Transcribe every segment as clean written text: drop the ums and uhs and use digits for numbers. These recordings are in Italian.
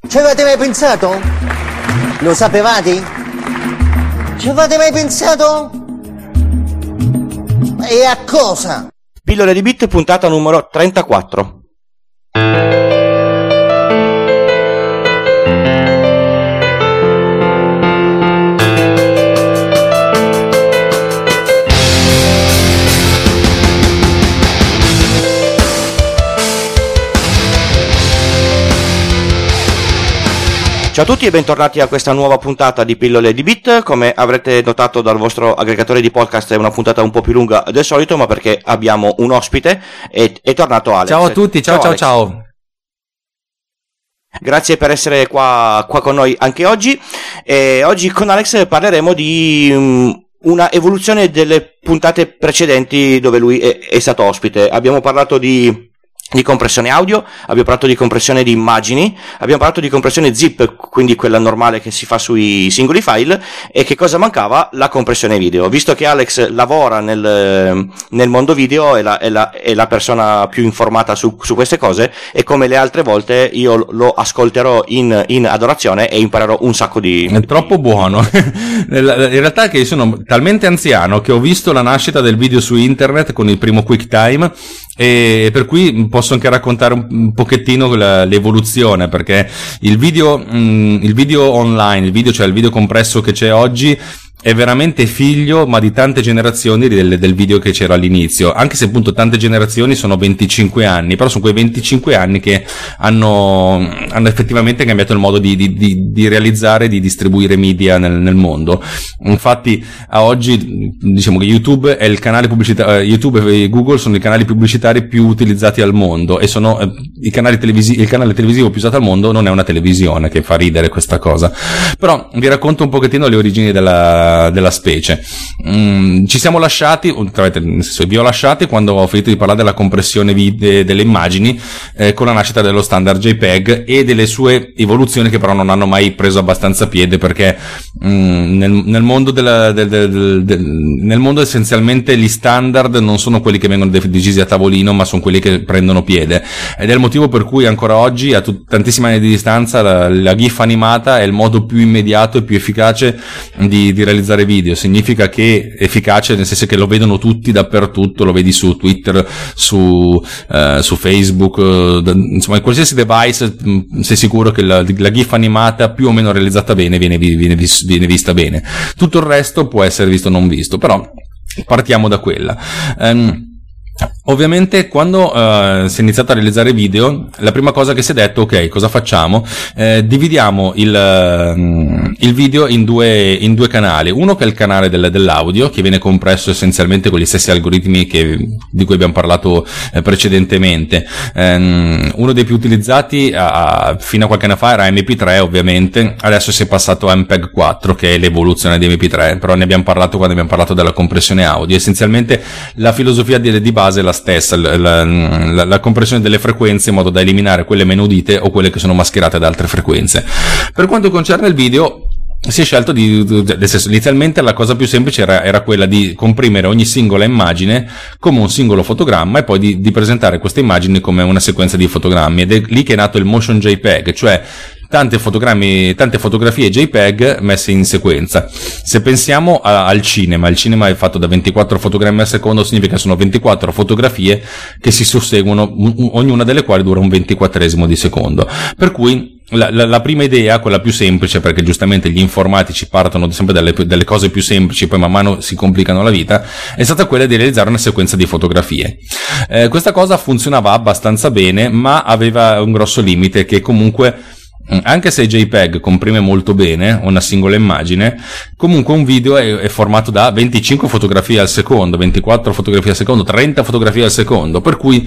Ci avete mai pensato? Lo sapevate? Ci avete mai pensato? E a cosa? Pillole di Bit, puntata numero 34. Ciao a tutti e bentornati a questa nuova puntata di Pillole di Bit. Come avrete notato dal vostro aggregatore di podcast è una puntata un po' più lunga del solito, ma perché abbiamo un ospite. È tornato Alex. Ciao a tutti, ciao. Grazie per essere qua con noi anche oggi. E oggi con Alex parleremo di una evoluzione delle puntate precedenti dove lui è stato ospite. Abbiamo parlato di compressione audio, abbiamo parlato di compressione di immagini, abbiamo parlato di compressione zip, quindi quella normale che si fa sui singoli file, e che cosa mancava? La compressione video. Visto che Alex lavora nel mondo video, è la persona più informata su queste cose, e come le altre volte io lo ascolterò in adorazione e imparerò un sacco di... È troppo buono. In realtà è che io sono talmente anziano che ho visto la nascita del video su internet con il primo QuickTime, e per cui posso anche raccontare un pochettino l'evoluzione, perché il video online, cioè il video compresso che c'è oggi, è veramente figlio, ma di tante generazioni del video che c'era all'inizio, anche se appunto tante generazioni sono 25 anni, però sono quei 25 anni che hanno effettivamente cambiato il modo di realizzare, di distribuire media nel mondo. Infatti a oggi diciamo che YouTube è il canale pubblicitario, YouTube e Google sono i canali pubblicitari più utilizzati al mondo, e sono il canale televisivo più usato al mondo non è una televisione, che fa ridere questa cosa. Però vi racconto un pochettino le origini della specie. Ci siamo lasciati, nel senso, vi ho lasciati quando ho finito di parlare della compressione delle immagini, con la nascita dello standard JPEG e delle sue evoluzioni, che però non hanno mai preso abbastanza piede, perché nel mondo nel mondo essenzialmente gli standard non sono quelli che vengono decisi a tavolino, ma sono quelli che prendono piede, ed è il motivo per cui ancora oggi, a tantissimi anni di distanza, la GIF animata è il modo più immediato e più efficace di realizzare video. Significa che efficace nel senso che lo vedono tutti dappertutto, lo vedi su Twitter, su Facebook, insomma in qualsiasi device sei sicuro che la GIF animata più o meno realizzata bene viene vista bene. Tutto il resto può essere visto o non visto, però partiamo da quella. Ovviamente quando si è iniziato a realizzare video, la prima cosa che si è detto: ok, cosa facciamo? Dividiamo il video in due canali. Uno che è il canale dell'audio, che viene compresso essenzialmente con gli stessi algoritmi di cui abbiamo parlato precedentemente. Uno dei più utilizzati fino a qualche anno fa era MP3, ovviamente. Adesso si è passato a MPEG 4, che è l'evoluzione di MP3, però ne abbiamo parlato quando abbiamo parlato della compressione audio. Essenzialmente la filosofia di base è la stessa, la compressione delle frequenze in modo da eliminare quelle meno udite o quelle che sono mascherate da altre frequenze. Per quanto concerne il video, si è scelto nel senso, inizialmente la cosa più semplice era quella di comprimere ogni singola immagine come un singolo fotogramma, e poi di presentare queste immagini come una sequenza di fotogrammi, ed è lì che è nato il motion JPEG, cioè tante fotografie JPEG messe in sequenza. Se pensiamo al cinema, il cinema è fatto da 24 fotogrammi al secondo, significa che sono 24 fotografie che si susseguono, ognuna delle quali dura un 24esimo di secondo. Per cui la prima idea, quella più semplice, perché giustamente gli informatici partono sempre dalle cose più semplici, poi man mano si complicano la vita, è stata quella di realizzare una sequenza di fotografie. Questa cosa funzionava abbastanza bene, ma aveva un grosso limite, che comunque, anche se JPEG comprime molto bene una singola immagine, comunque un video è formato da 25 fotografie al secondo, 24 fotografie al secondo, 30 fotografie al secondo, per cui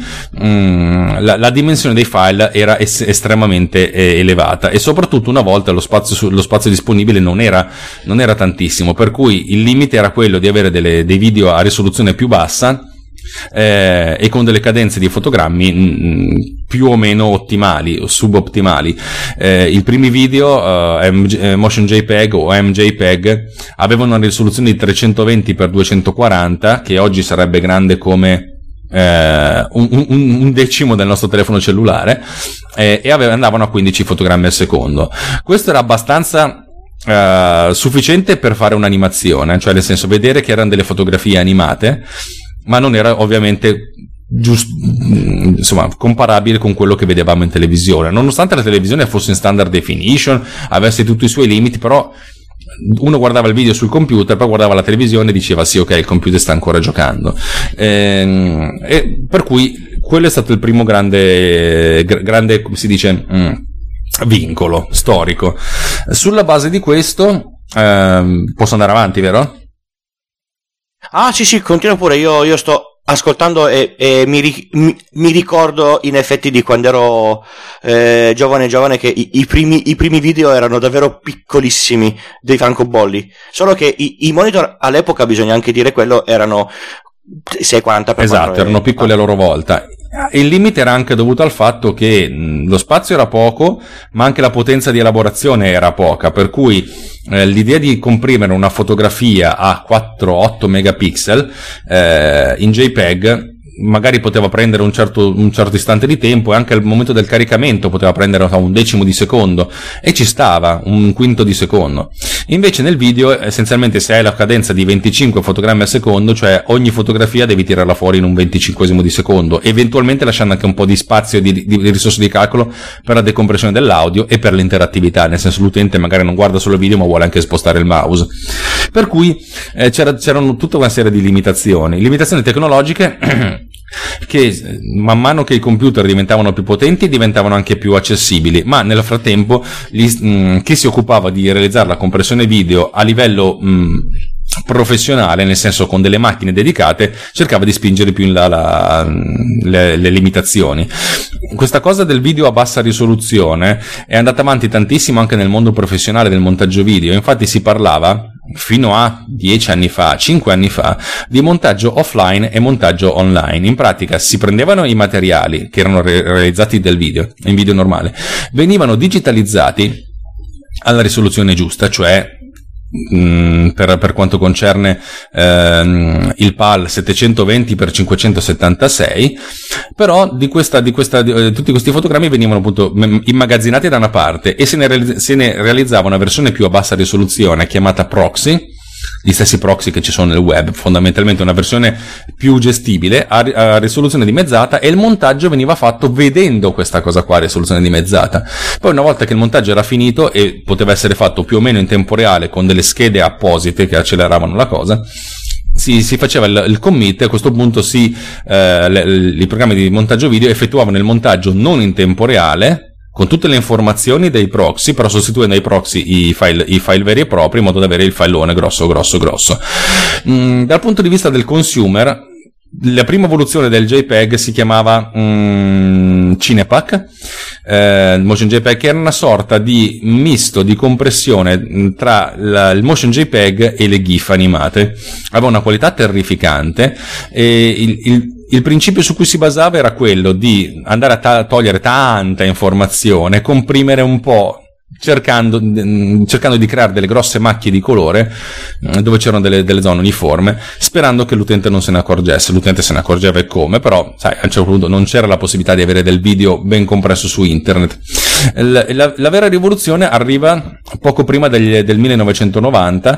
la dimensione dei file era estremamente elevata, e soprattutto una volta lo spazio disponibile non era tantissimo, per cui il limite era quello di avere dei video a risoluzione più bassa, e con delle cadenze di fotogrammi più o meno ottimali o subottimali. I primi video Motion JPEG o MJPEG avevano una risoluzione di 320x240, che oggi sarebbe grande come un decimo del nostro telefono cellulare, e andavano a 15 fotogrammi al secondo. Questo era abbastanza sufficiente per fare un'animazione, cioè nel senso vedere che erano delle fotografie animate, ma non era ovviamente insomma comparabile con quello che vedevamo in televisione, nonostante la televisione fosse in standard definition, avesse tutti i suoi limiti. Però uno guardava il video sul computer, poi guardava la televisione e diceva sì, ok, il computer sta ancora giocando, e per cui quello è stato il primo grande come si dice, vincolo storico. Sulla base di questo posso andare avanti, vero? Ah sì, continua pure, io sto ascoltando e mi ricordo in effetti di quando ero giovane che i primi video erano davvero piccolissimi dei francobolli, solo che i monitor all'epoca, bisogna anche dire quello, erano 640 per esatto, erano piccoli a loro volta. Il limite era anche dovuto al fatto che lo spazio era poco, ma anche la potenza di elaborazione era poca, per cui l'idea di comprimere una fotografia a 4-8 megapixel in JPEG magari poteva prendere un certo istante di tempo, e anche al momento del caricamento poteva prendere un decimo di secondo, e ci stava un quinto di secondo. Invece nel video essenzialmente, se hai la cadenza di 25 fotogrammi al secondo, cioè ogni fotografia devi tirarla fuori in un 25esimo di secondo, eventualmente lasciando anche un po' di spazio di risorse di calcolo per la decompressione dell'audio e per l'interattività, nel senso l'utente magari non guarda solo il video ma vuole anche spostare il mouse, per cui c'erano tutta una serie di limitazioni tecnologiche che man mano che i computer diventavano più potenti diventavano anche più accessibili, ma nel frattempo chi si occupava di realizzare la compressione video a livello professionale, nel senso con delle macchine dedicate, cercava di spingere più in là le limitazioni. Questa cosa del video a bassa risoluzione è andata avanti tantissimo anche nel mondo professionale del montaggio video. Infatti si parlava fino a 10 anni fa, 5 anni fa, di montaggio offline e montaggio online. In pratica si prendevano i materiali che erano realizzati del video, in video normale, venivano digitalizzati alla risoluzione giusta, cioè per quanto concerne il PAL 720x576, però di tutti questi fotogrammi venivano appunto immagazzinati da una parte, e se ne realizzava una versione più a bassa risoluzione chiamata proxy, gli stessi proxy che ci sono nel web, fondamentalmente una versione più gestibile a risoluzione dimezzata, e il montaggio veniva fatto vedendo questa cosa qua a risoluzione dimezzata. Poi una volta che il montaggio era finito, e poteva essere fatto più o meno in tempo reale con delle schede apposite che acceleravano la cosa, si faceva il commit, e a questo punto i programmi di montaggio video effettuavano il montaggio non in tempo reale con tutte le informazioni dei proxy, però sostituendo ai proxy i file veri e propri, in modo da avere il filone grosso. Dal punto di vista del consumer, la prima evoluzione del JPEG si chiamava Cinepack, Motion JPEG, che era una sorta di misto di compressione tra il Motion JPEG e le GIF animate. Aveva una qualità terrificante, e il principio su cui si basava era quello di andare a togliere tanta informazione, comprimere un po', cercando di creare delle grosse macchie di colore dove c'erano delle zone uniforme, sperando che l'utente non se ne accorgesse. L'utente se ne accorgeva e come, però sai, a un certo punto non c'era la possibilità di avere del video ben compresso su internet. La vera rivoluzione arriva poco prima del 1990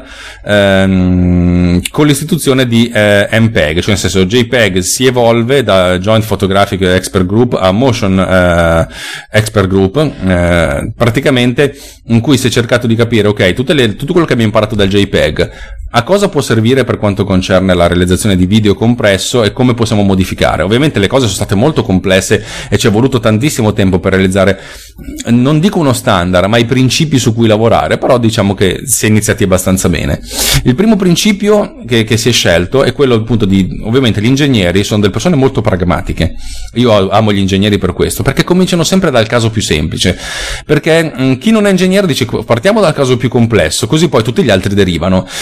con l'istituzione di MPEG, cioè nel senso JPEG si evolve da Joint Photographic Expert Group a Motion Expert Group, praticamente, in cui si è cercato di capire, ok, tutto quello che abbiamo imparato dal JPEG a cosa può servire per quanto concerne la realizzazione di video compresso e come possiamo modificare. Ovviamente le cose sono state molto complesse e ci è voluto tantissimo tempo per realizzare, non dico uno standard, ma i principi su cui lavorare, però diciamo che si è iniziati abbastanza bene. Il primo principio che si è scelto è quello appunto ovviamente gli ingegneri sono delle persone molto pragmatiche. Io amo gli ingegneri per questo, perché cominciano sempre dal caso più semplice, perché chi non è ingegnere dice partiamo dal caso più complesso, così poi tutti gli altri derivano, però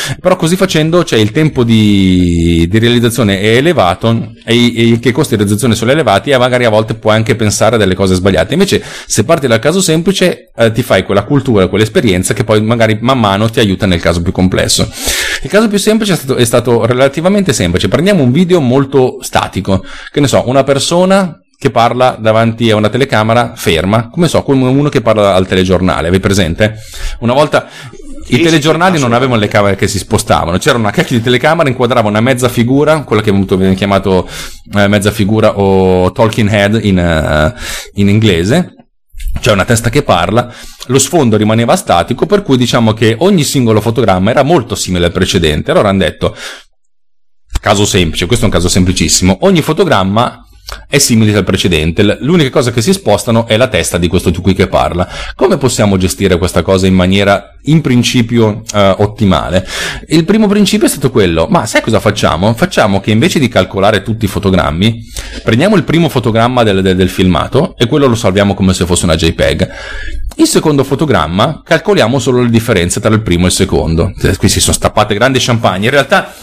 così facendo, cioè, il tempo di realizzazione è elevato e che i costi di realizzazione sono elevati e magari a volte puoi anche pensare a delle cose sbagliate. Invece se parti dal caso semplice ti fai quella cultura, quell'esperienza che poi magari man mano ti aiuta nel caso più complesso. Il caso più semplice è stato relativamente semplice. Prendiamo un video molto statico, che ne so, una persona che parla davanti a una telecamera ferma, come so, come uno che parla al telegiornale. Avete presente? Una volta i telegiornali non avevano le camere che si spostavano, c'era una cacchio di telecamera, inquadrava una mezza figura, quella che viene chiamato mezza figura o talking head in inglese, cioè una testa che parla, lo sfondo rimaneva statico, per cui diciamo che ogni singolo fotogramma era molto simile al precedente. Allora hanno detto, caso semplice, questo è un caso semplicissimo, ogni fotogramma è simile al precedente, l'unica cosa che si spostano è la testa di questo qui che parla. Come possiamo gestire questa cosa in maniera in principio ottimale? Il primo principio è stato quello, ma sai cosa facciamo? Facciamo che invece di calcolare tutti i fotogrammi, prendiamo il primo fotogramma del filmato e quello lo salviamo come se fosse una JPEG. Il secondo fotogramma calcoliamo solo le differenze tra il primo e il secondo. Qui si sono stappate grandi champagne. In realtà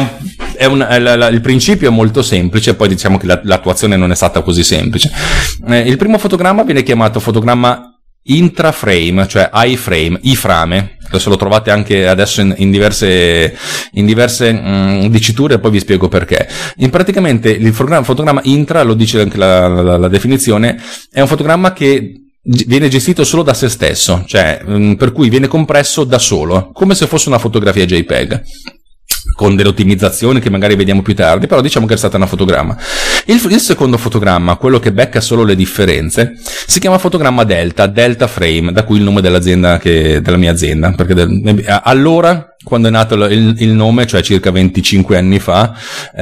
il principio è molto semplice, poi diciamo che l'attuazione non è stata così semplice. Il primo fotogramma viene chiamato fotogramma intraframe, cioè iframe. Adesso lo trovate anche adesso in diverse diciture, e poi vi spiego perché. Praticamente il fotogramma intra, lo dice anche la definizione, è un fotogramma che viene gestito solo da se stesso, cioè per cui viene compresso da solo, come se fosse una fotografia JPEG, con delle ottimizzazioni che magari vediamo più tardi, però diciamo che è stata una fotogramma. Il secondo fotogramma, quello che becca solo le differenze, si chiama fotogramma delta frame, da cui il nome della mia azienda, perché allora, quando è nato il nome, cioè circa 25 anni fa,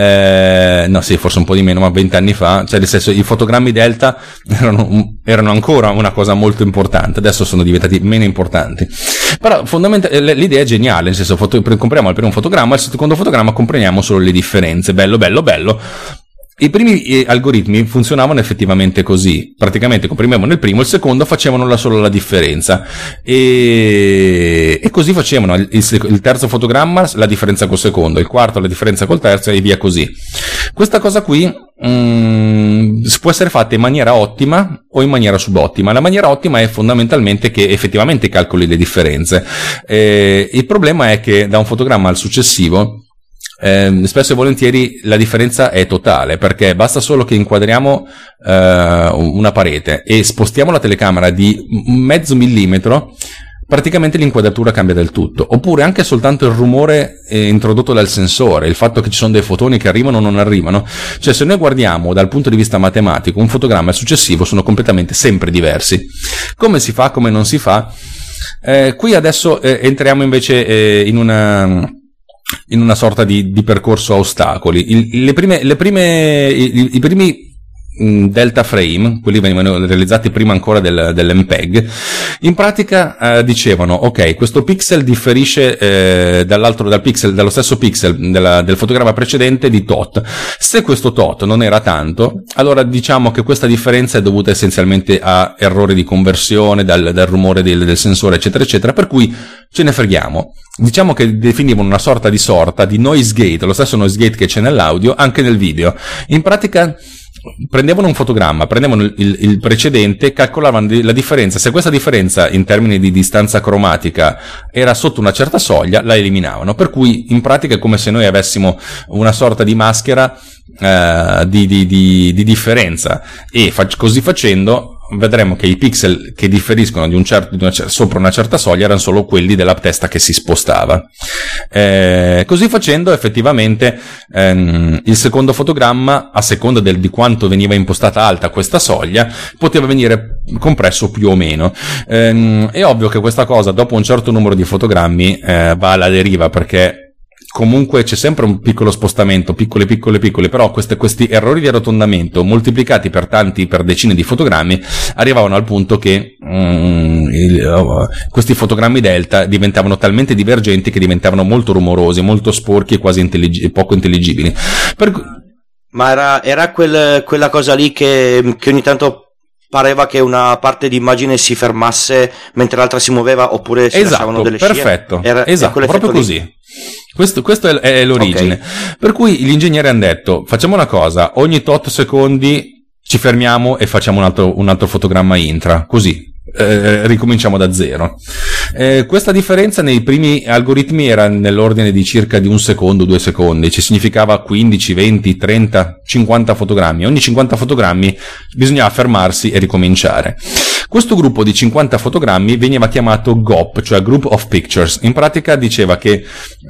no sì, forse un po' di meno, ma 20 anni fa, cioè nel senso, i fotogrammi delta erano ancora una cosa molto importante, adesso sono diventati meno importanti. Però fondamentalmente l'idea è geniale, nel senso, compriamo il primo fotogramma, il secondo fotogramma comprendiamo solo le differenze, bello. I primi algoritmi funzionavano effettivamente così, praticamente comprimevano il primo, il secondo facevano solo la differenza e così facevano il terzo fotogramma la differenza col secondo, il quarto la differenza col terzo e via così. Questa cosa qui può essere fatta in maniera ottima o in maniera subottima. La maniera ottima è fondamentalmente che effettivamente calcoli le differenze. Il problema è che da un fotogramma al successivo spesso e volentieri la differenza è totale, perché basta solo che inquadriamo una parete e spostiamo la telecamera di mezzo millimetro, praticamente l'inquadratura cambia del tutto. Oppure anche soltanto il rumore introdotto dal sensore, il fatto che ci sono dei fotoni che arrivano o non arrivano, cioè se noi guardiamo dal punto di vista matematico un fotogramma e il successivo sono completamente sempre diversi. Come si fa, come non si fa? Qui adesso entriamo invece in una sorta di percorso a ostacoli. I primi delta frame, quelli venivano realizzati prima ancora dell'MPEG, in pratica dicevano ok, questo pixel differisce dallo stesso pixel del fotogramma precedente di tot. Se questo tot non era tanto, allora diciamo che questa differenza è dovuta essenzialmente a errori di conversione, dal rumore del sensore eccetera eccetera, per cui ce ne freghiamo. Diciamo che definivano una sorta di noise gate, lo stesso noise gate che c'è nell'audio anche nel video. In pratica prendevano un fotogramma, prendevano il precedente, calcolavano la differenza. Se questa differenza in termini di distanza cromatica era sotto una certa soglia, la eliminavano. Per cui in pratica è come se noi avessimo una sorta di maschera di differenza, e così facendo vedremo che i pixel che differiscono sopra una certa soglia erano solo quelli della testa che si spostava. Così facendo effettivamente il secondo fotogramma, a seconda di quanto veniva impostata alta questa soglia, poteva venire compresso più o meno. È ovvio che questa cosa dopo un certo numero di fotogrammi va alla deriva, perché comunque c'è sempre un piccolo spostamento, piccoli, però questi errori di arrotondamento moltiplicati per decine di fotogrammi arrivavano al punto che questi fotogrammi delta diventavano talmente divergenti che diventavano molto rumorosi, molto sporchi e quasi poco intelligibili. Ma era quella cosa lì che ogni tanto pareva che una parte di immagine si fermasse mentre l'altra si muoveva, oppure si lasciavano delle scie. Perfetto, esatto, proprio così. Questo è l'origine. Okay. Per cui gli ingegneri hanno detto: facciamo una cosa, ogni tot secondi ci fermiamo e facciamo un altro fotogramma intra, così ricominciamo da zero. Questa differenza nei primi algoritmi era nell'ordine di circa di 1 secondo, 2 secondi, ci significava 15, 20, 30, 50 fotogrammi. Ogni 50 fotogrammi bisognava fermarsi e ricominciare. Questo gruppo di 50 fotogrammi veniva chiamato GOP, cioè Group of Pictures. In pratica diceva che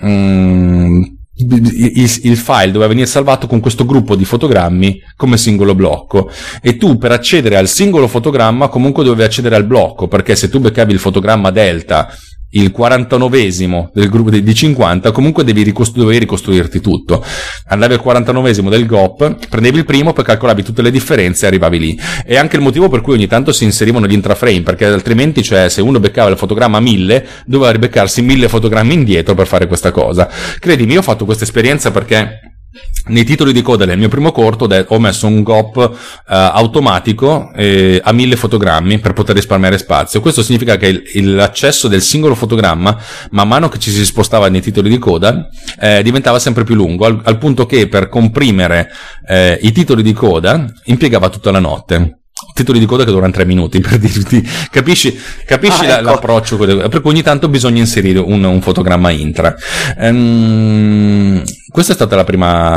il file doveva venire salvato con questo gruppo di fotogrammi come singolo blocco, e tu per accedere al singolo fotogramma comunque dovevi accedere al blocco, perché se tu beccavi il fotogramma delta, il 49esimo del gruppo di 50, comunque dovevi ricostruirti tutto. Andavi al 49esimo del GOP, prendevi il primo, poi calcolavi tutte le differenze e arrivavi lì. E anche il motivo per cui ogni tanto si inserivano gli intraframe, perché altrimenti, cioè, se uno beccava il fotogramma 1000, doveva ribeccarsi 1000 fotogrammi indietro per fare questa cosa. Credimi, io ho fatto questa esperienza perché nei titoli di coda del mio primo corto ho messo un GOP automatico a 1000 fotogrammi per poter risparmiare spazio. Questo significa che l'accesso del singolo fotogramma, man mano che ci si spostava nei titoli di coda, diventava sempre più lungo, al punto che per comprimere i titoli di coda impiegava tutta la notte. Titoli di coda che durano 3 minuti, per dirti, capisci ecco. L'approccio, per cui ogni tanto bisogna inserire un fotogramma intra. Questa è stata il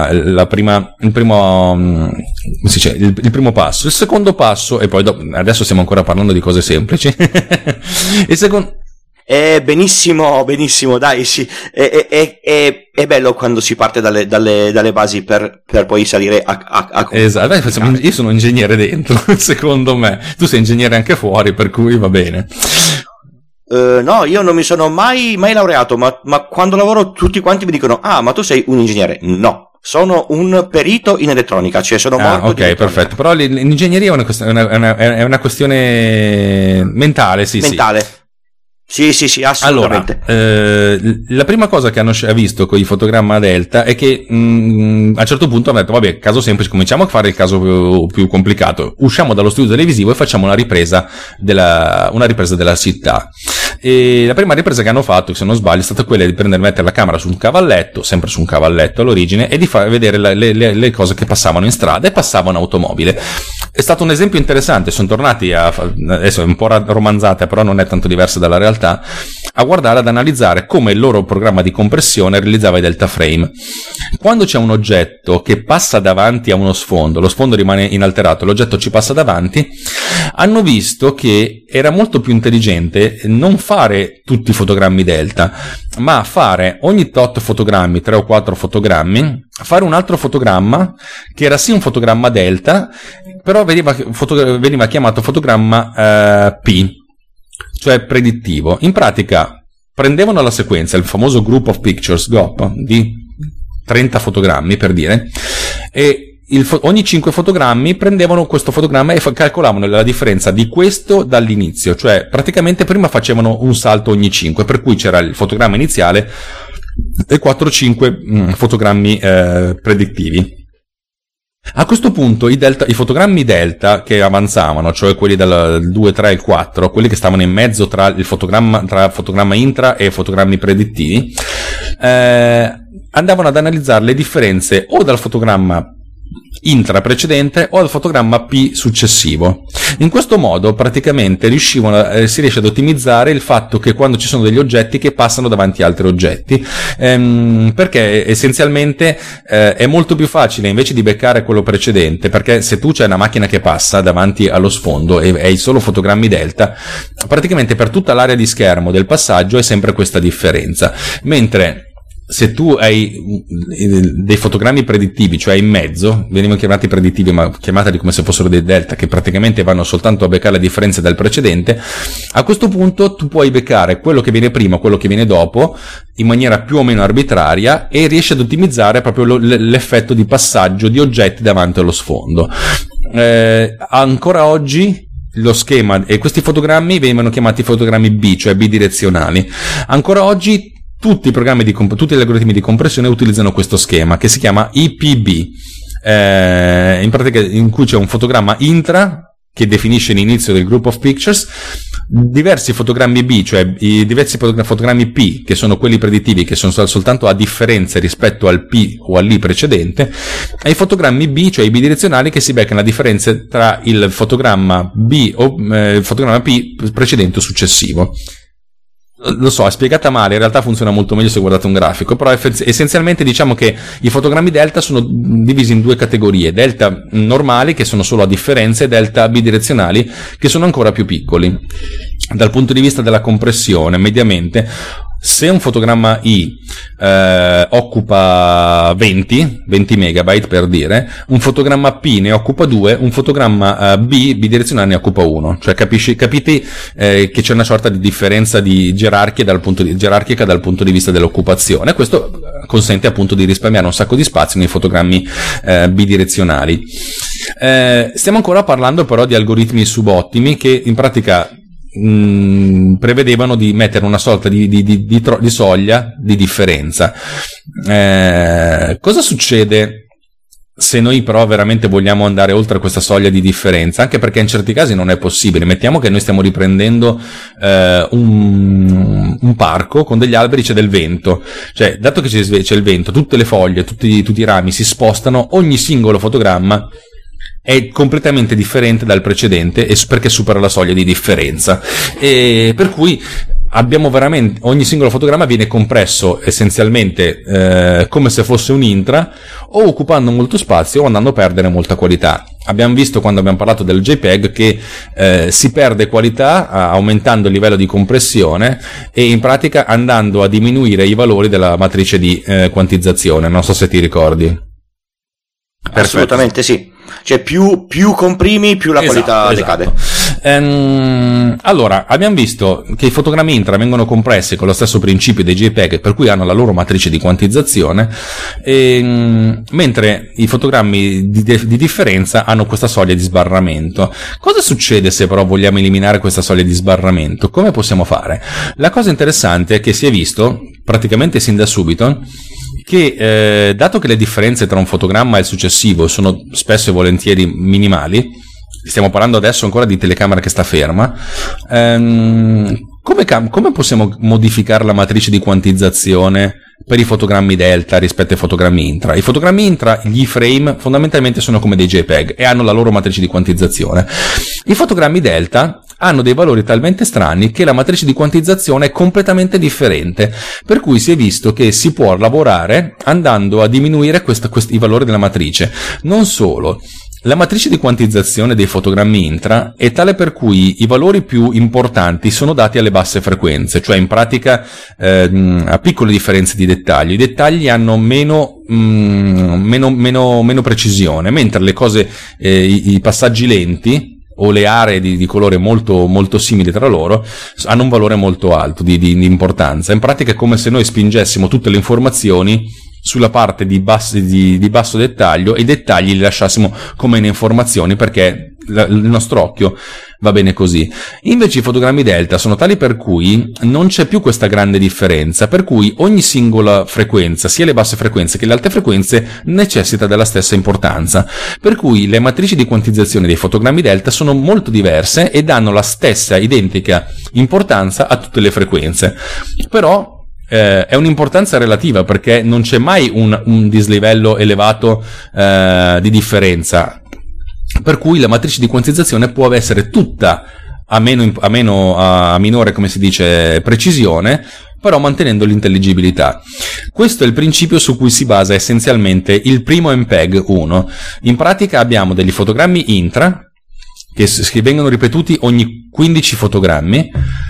primo passo. Il secondo passo, e poi adesso stiamo ancora parlando di cose semplici. Il secondo benissimo, dai, sì. È bello quando si parte dalle basi per poi salire a esatto. Io sono ingegnere dentro, secondo me. Tu sei ingegnere anche fuori, per cui va bene. No, io non mi sono mai laureato, ma quando lavoro tutti quanti mi dicono: ah, ma tu sei un ingegnere. No, sono un perito in elettronica, cioè sono morto. Ok, perfetto. Però l'ingegneria è una questione mentale, sì. Mentale. Sì, assolutamente. Allora, la prima cosa che hanno visto con i fotogramma delta è che a un certo punto hanno detto: vabbè, caso semplice, cominciamo a fare il caso più complicato. Usciamo dallo studio televisivo e facciamo una ripresa della città. E la prima ripresa che hanno fatto, se non sbaglio, è stata quella di mettere la camera su un cavalletto, sempre su un cavalletto all'origine, e di far vedere le cose che passavano in strada, e passavano automobile. È stato un esempio interessante. Sono tornati adesso è un po' romanzata, però non è tanto diversa dalla realtà, a guardare, ad analizzare come il loro programma di compressione realizzava i delta frame. Quando c'è un oggetto che passa davanti a uno sfondo, lo sfondo rimane inalterato, l'oggetto ci passa davanti, hanno visto che era molto più intelligente non fare tutti i fotogrammi delta, ma fare ogni tot fotogrammi, 3 o 4 fotogrammi, fare un altro fotogramma che era sì un fotogramma delta, però veniva chiamato fotogramma P, cioè predittivo. In pratica prendevano la sequenza, il famoso Group of Pictures, GOP, di 30 fotogrammi, per dire, e ogni 5 fotogrammi prendevano questo fotogramma e calcolavano la differenza di questo dall'inizio, cioè praticamente prima facevano un salto ogni 5, per cui c'era il fotogramma iniziale e 4-5 fotogrammi predittivi. A questo punto i fotogrammi delta che avanzavano, cioè quelli dal 2, 3 e 4, quelli che stavano in mezzo tra fotogramma intra e fotogrammi predittivi, andavano ad analizzare le differenze o dal fotogramma intra precedente o al fotogramma P successivo. In questo modo praticamente si riesce ad ottimizzare il fatto che quando ci sono degli oggetti che passano davanti a altri oggetti, perché essenzialmente è molto più facile invece di beccare quello precedente, perché se tu c'hai una macchina che passa davanti allo sfondo e hai solo fotogrammi delta, praticamente per tutta l'area di schermo del passaggio è sempre questa differenza, mentre se tu hai dei fotogrammi predittivi, cioè in mezzo, venivano chiamati predittivi ma chiamateli come se fossero dei delta, che praticamente vanno soltanto a beccare la differenza dal precedente, a questo punto tu puoi beccare quello che viene prima, quello che viene dopo, in maniera più o meno arbitraria, e riesci ad ottimizzare proprio l'effetto di passaggio di oggetti davanti allo sfondo. Ancora oggi lo schema e questi fotogrammi venivano chiamati fotogrammi B, cioè bidirezionali. Ancora oggi tutti gli algoritmi di compressione utilizzano questo schema che si chiama IPB, in pratica in cui c'è un fotogramma intra che definisce l'inizio del group of pictures, diversi fotogrammi B, cioè i diversi fotogrammi P, che sono quelli predittivi, che sono soltanto a differenze rispetto al P o all'I precedente, e i fotogrammi B, cioè i bidirezionali, che si beccano la differenza tra il fotogramma B o il fotogramma P precedente o successivo. Lo so, è spiegata male, in realtà funziona molto meglio se guardate un grafico, però essenzialmente diciamo che i fotogrammi delta sono divisi in due categorie: delta normali, che sono solo a differenza, e delta bidirezionali, che sono ancora più piccoli. Dal punto di vista della compressione, mediamente, se un fotogramma I occupa 20 megabyte, per dire, un fotogramma P ne occupa 2, un fotogramma B bidirezionale ne occupa 1. Cioè capite che c'è una sorta di differenza di gerarchica dal punto di vista dell'occupazione. Questo consente appunto di risparmiare un sacco di spazio nei fotogrammi bidirezionali. Stiamo ancora parlando però di algoritmi subottimi che in pratica prevedevano di mettere una sorta di soglia di differenza. Cosa succede se noi però veramente vogliamo andare oltre questa soglia di differenza? Anche perché in certi casi non è possibile. Mettiamo che noi stiamo riprendendo un parco con degli alberi, c'è del vento, cioè dato che c'è il vento, tutte le foglie, tutti i rami si spostano, ogni singolo fotogramma è completamente differente dal precedente, perché supera la soglia di differenza, e per cui abbiamo veramente, ogni singolo fotogramma viene compresso essenzialmente come se fosse un intra, o occupando molto spazio o andando a perdere molta qualità. Abbiamo visto, quando abbiamo parlato del JPEG, che si perde qualità aumentando il livello di compressione e in pratica andando a diminuire i valori della matrice di quantizzazione. Non so se ti ricordi. Assolutamente sì. Cioè più comprimi, più la qualità decade. Allora, abbiamo visto che i fotogrammi intra vengono compressi con lo stesso principio dei JPEG, per cui hanno la loro matrice di quantizzazione, mentre i fotogrammi di differenza hanno questa soglia di sbarramento. Cosa succede se però vogliamo eliminare questa soglia di sbarramento? Come possiamo fare? La cosa interessante è che si è visto praticamente sin da subito che dato che le differenze tra un fotogramma e il successivo sono spesso e volentieri minimali, stiamo parlando adesso ancora di telecamera che sta ferma, come possiamo modificare la matrice di quantizzazione per i fotogrammi delta rispetto ai fotogrammi intra? I fotogrammi intra, gli frame, fondamentalmente sono come dei JPEG e hanno la loro matrice di quantizzazione. I fotogrammi delta hanno dei valori talmente strani che la matrice di quantizzazione è completamente differente, per cui si è visto che si può lavorare andando a diminuire i valori della matrice. Non solo, la matrice di quantizzazione dei fotogrammi intra è tale per cui i valori più importanti sono dati alle basse frequenze, cioè in pratica a piccole differenze di dettaglio. I dettagli hanno meno precisione, mentre le cose, i passaggi lenti o le aree di colore molto, molto simili tra loro hanno un valore molto alto di importanza. In pratica è come se noi spingessimo tutte le informazioni sulla parte di basso dettaglio e i dettagli li lasciassimo come informazioni, perché il nostro occhio va bene così. Invece i fotogrammi delta sono tali per cui non c'è più questa grande differenza, per cui ogni singola frequenza, sia le basse frequenze che le alte frequenze, necessita della stessa importanza, per cui le matrici di quantizzazione dei fotogrammi delta sono molto diverse e danno la stessa identica importanza a tutte le frequenze. Però è un'importanza relativa, perché non c'è mai un dislivello elevato di differenza, per cui la matrice di quantizzazione può essere tutta a minore, come si dice, precisione, però mantenendo l'intelligibilità. Questo è il principio su cui si basa essenzialmente il primo MPEG 1. In pratica abbiamo degli fotogrammi intra che vengono ripetuti ogni 15 fotogrammi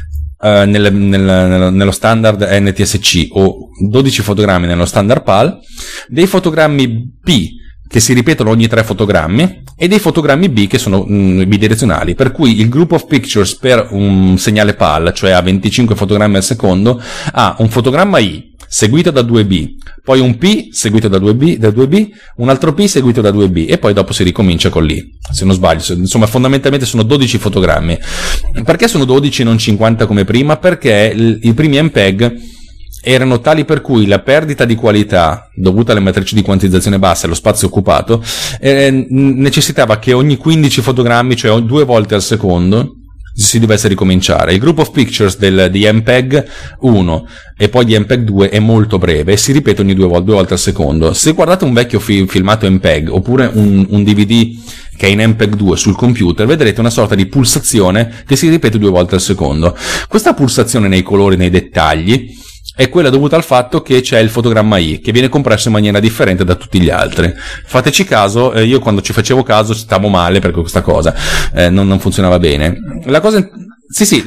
nello standard NTSC, o 12 fotogrammi nello standard PAL, dei fotogrammi P che si ripetono ogni 3 fotogrammi e dei fotogrammi B che sono bidirezionali, per cui il group of pictures per un segnale PAL, cioè a 25 fotogrammi al secondo, ha un fotogramma I seguito da 2B, poi un P seguito da 2B, un altro P seguito da 2B e poi dopo si ricomincia con l'I, se non sbaglio. Insomma, fondamentalmente sono 12 fotogrammi. Perché sono 12 e non 50 come prima? Perché i primi MPEG erano tali per cui la perdita di qualità dovuta alle matrici di quantizzazione basse e allo spazio occupato necessitava che ogni 15 fotogrammi, cioè 2 volte al secondo, si dovesse ricominciare. Il group of pictures di MPEG 1 e poi di MPEG 2 è molto breve e si ripete ogni due volte al secondo. Se guardate un vecchio filmato MPEG oppure un DVD che è in MPEG 2 sul computer, vedrete una sorta di pulsazione che si ripete 2 volte al secondo. Questa pulsazione nei colori, nei dettagli, è quella dovuta al fatto che c'è il fotogramma I, che viene compresso in maniera differente da tutti gli altri. Fateci caso, io quando ci facevo caso stavo male perché questa cosa non funzionava bene. La cosa... Sì,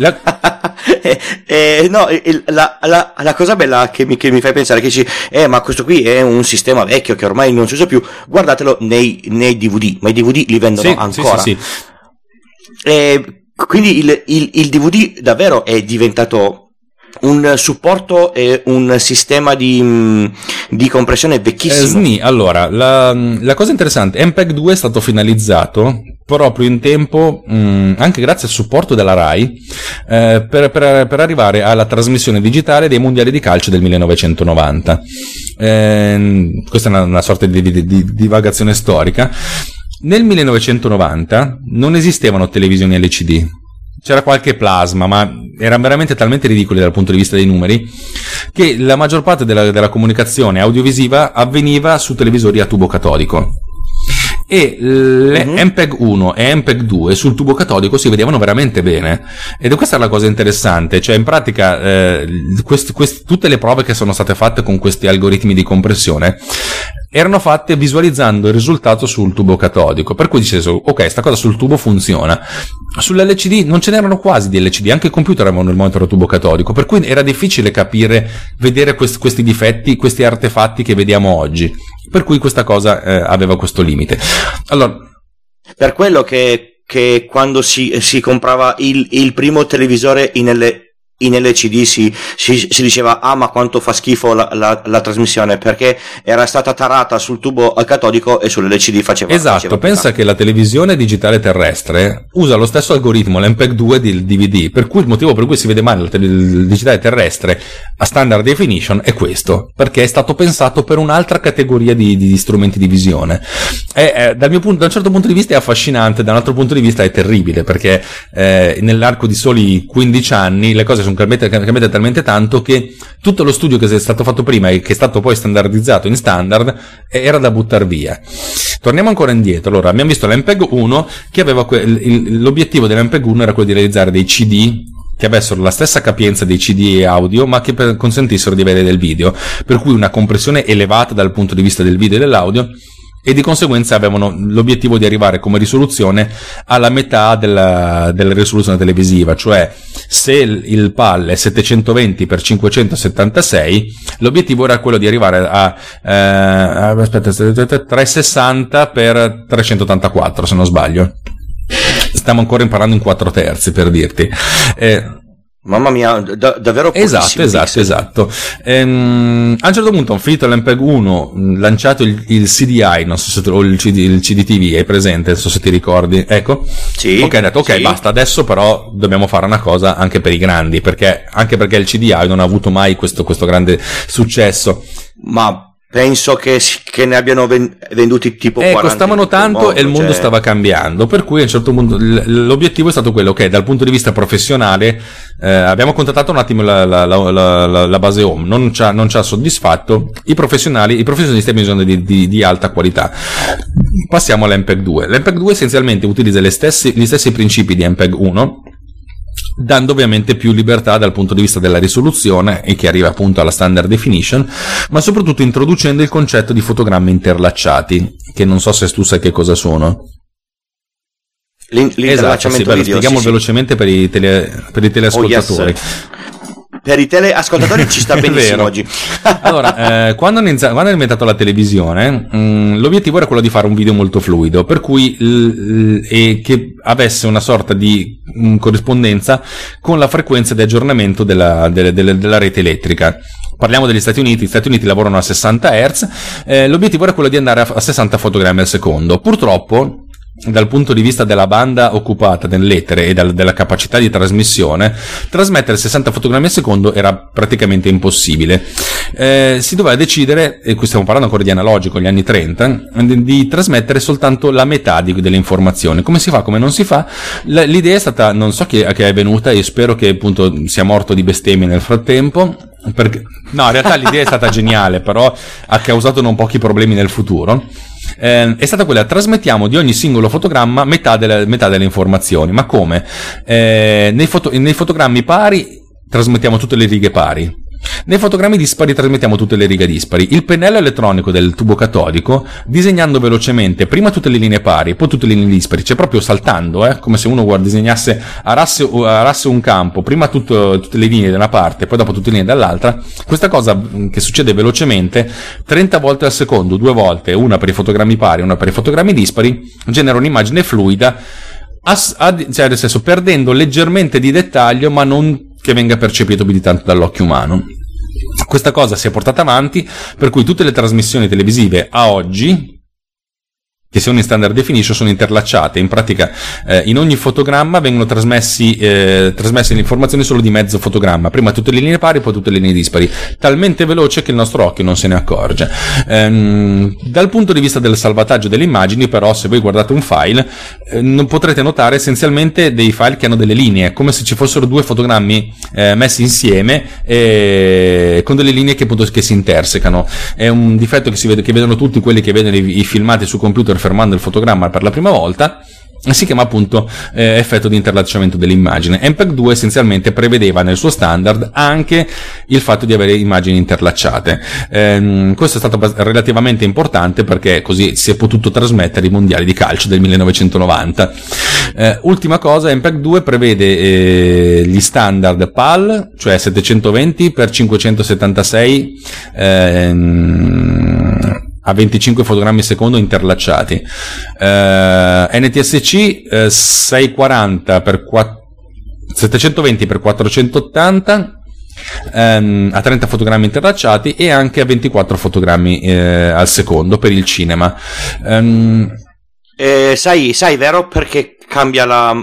no, la cosa bella che mi fai pensare che dici, ma questo qui è un sistema vecchio che ormai non si usa più, guardatelo nei DVD, ma i DVD li vendono ancora. Sì. Quindi il DVD davvero è diventato un supporto e un sistema di compressione vecchissimo. SNI, allora, la cosa interessante, MPEG 2 è stato finalizzato proprio in tempo, anche grazie al supporto della RAI, per arrivare alla trasmissione digitale dei mondiali di calcio del 1990. Questa è una sorta di divagazione storica. Nel 1990 non esistevano televisioni LCD. C'era qualche plasma, ma erano veramente talmente ridicoli dal punto di vista dei numeri che la maggior parte della comunicazione audiovisiva avveniva su televisori a tubo catodico. E MPEG 1 e MPEG 2 sul tubo catodico si vedevano veramente bene, ed questa è la cosa interessante, cioè in pratica tutte le prove che sono state fatte con questi algoritmi di compressione erano fatte visualizzando il risultato sul tubo catodico, per cui dicevo ok, sta cosa sul tubo funziona. Sull'LCD non ce n'erano quasi di LCD, anche i computer avevano il monitor a tubo catodico, per cui era difficile vedere questi difetti, questi artefatti che vediamo oggi, per cui questa cosa aveva questo limite. Allora, per quello che quando si comprava il primo televisore in LCD si diceva ma quanto fa schifo la trasmissione, perché era stata tarata sul tubo catodico e sull'LCD faceva pensa che la televisione digitale terrestre usa lo stesso algoritmo, l'MPEG 2 del DVD, per cui il motivo per cui si vede male il digitale terrestre a standard definition è questo, perché è stato pensato per un'altra categoria di strumenti di visione. Da un certo punto di vista è affascinante, da un altro punto di vista è terribile, perché nell'arco di soli 15 anni le cose sono cambiate talmente tanto che tutto lo studio che è stato fatto prima e che è stato poi standardizzato in standard era da buttare via. Torniamo ancora indietro. Allora, abbiamo visto l'MPEG 1 che aveva l'obiettivo dell'MPEG 1 era quello di realizzare dei CD che avessero la stessa capienza dei CD e audio, ma che consentissero di avere del video, per cui una compressione elevata dal punto di vista del video e dell'audio, e di conseguenza avevano l'obiettivo di arrivare come risoluzione alla metà della risoluzione televisiva, cioè se il PAL è 720x576, l'obiettivo era quello di arrivare a 360x384, se non sbaglio. Stiamo ancora imparando in 4/3, per dirti. Mamma mia, davvero pochissimo. Esatto. A un certo punto ho finito l'MPEG 1, lanciato il CDI, non so se o il CDTV, hai presente? Non so se ti ricordi. Ecco. Sì. Ok, ho detto ok, basta, adesso però dobbiamo fare una cosa anche per i grandi, anche perché il CDI non ha avuto mai questo grande successo. Ma penso che ne abbiano venduti tipo 40. Costavano tanto e il mondo stava cambiando, per cui a un certo punto l'obiettivo è stato quello, ok, dal punto di vista professionale abbiamo contattato un attimo la base home, non ci ha soddisfatto, i professionisti hanno bisogno di alta qualità. Passiamo all'MPEG 2. L'MPEG 2 essenzialmente utilizza gli stessi principi di MPEG 1, dando ovviamente più libertà dal punto di vista della risoluzione, e che arriva appunto alla standard definition, ma soprattutto introducendo il concetto di fotogrammi interlacciati, che non so se tu sai che cosa sono. L'interlacciamento video, spieghiamo velocemente per i teleascoltatori. Per i teleascoltatori ci sta benissimo oggi. Allora, quando è inventato la televisione, l'obiettivo era quello di fare un video molto fluido, per cui e che avesse una sorta di corrispondenza con la frequenza di aggiornamento della rete elettrica. Parliamo degli Stati Uniti. Gli Stati Uniti lavorano a 60 Hz, l'obiettivo era quello di andare a 60 fotogrammi al secondo. Purtroppo dal punto di vista della banda occupata nell'etere e della capacità di trasmissione, trasmettere 60 fotogrammi al secondo era praticamente impossibile. Si doveva decidere, e qui stiamo parlando ancora di analogico, gli anni 30, di trasmettere soltanto la metà delle informazioni. Come si fa, come non si fa? L'idea è stata, non so chi è venuta, e spero che appunto sia morto di bestemmie nel frattempo, perché no, in realtà l'idea è stata geniale, però ha causato non pochi problemi nel futuro. È stata quella: trasmettiamo di ogni singolo fotogramma metà delle informazioni. Ma come? Nei fotogrammi pari trasmettiamo tutte le righe pari. Nei fotogrammi dispari trasmettiamo tutte le righe dispari. Il pennello elettronico del tubo catodico, disegnando velocemente prima tutte le linee pari, poi tutte le linee dispari, cioè proprio saltando, come se uno disegnasse, arasse un campo, prima tutte le linee da una parte, poi dopo tutte le linee dall'altra. Questa cosa che succede velocemente 30 volte al secondo, 2 volte, una per i fotogrammi pari, una per i fotogrammi dispari, genera un'immagine fluida, cioè nel senso, perdendo leggermente di dettaglio, ma non che venga percepito più di tanto dall'occhio umano. Questa cosa si è portata avanti, per cui tutte le trasmissioni televisive a oggi, che sono in standard definition, sono interlacciate. In pratica in ogni fotogramma vengono trasmesse le informazioni solo di mezzo fotogramma, prima tutte le linee pari, poi tutte le linee dispari, talmente veloce che il nostro occhio non se ne accorge. Dal punto di vista del salvataggio delle immagini, però, se voi guardate un file, non potrete notare essenzialmente dei file che hanno delle linee, come se ci fossero 2 fotogrammi messi insieme con delle linee che si intersecano. È un difetto che si vede, che vedono tutti quelli che vedono i filmati su computer fermando il fotogramma per la prima volta. Si chiama appunto effetto di interlacciamento dell'immagine. MPEG 2 essenzialmente prevedeva nel suo standard anche il fatto di avere immagini interlacciate. Questo è stato relativamente importante, perché così si è potuto trasmettere i mondiali di calcio del 1990. Ultima cosa, MPEG 2 prevede gli standard PAL, cioè 720x576 a 25 fotogrammi al secondo interlacciati, NTSC 640 x 720 x 480 a 30 fotogrammi interlacciati, e anche a 24 fotogrammi al secondo per il cinema. Sai, vero? Perché cambia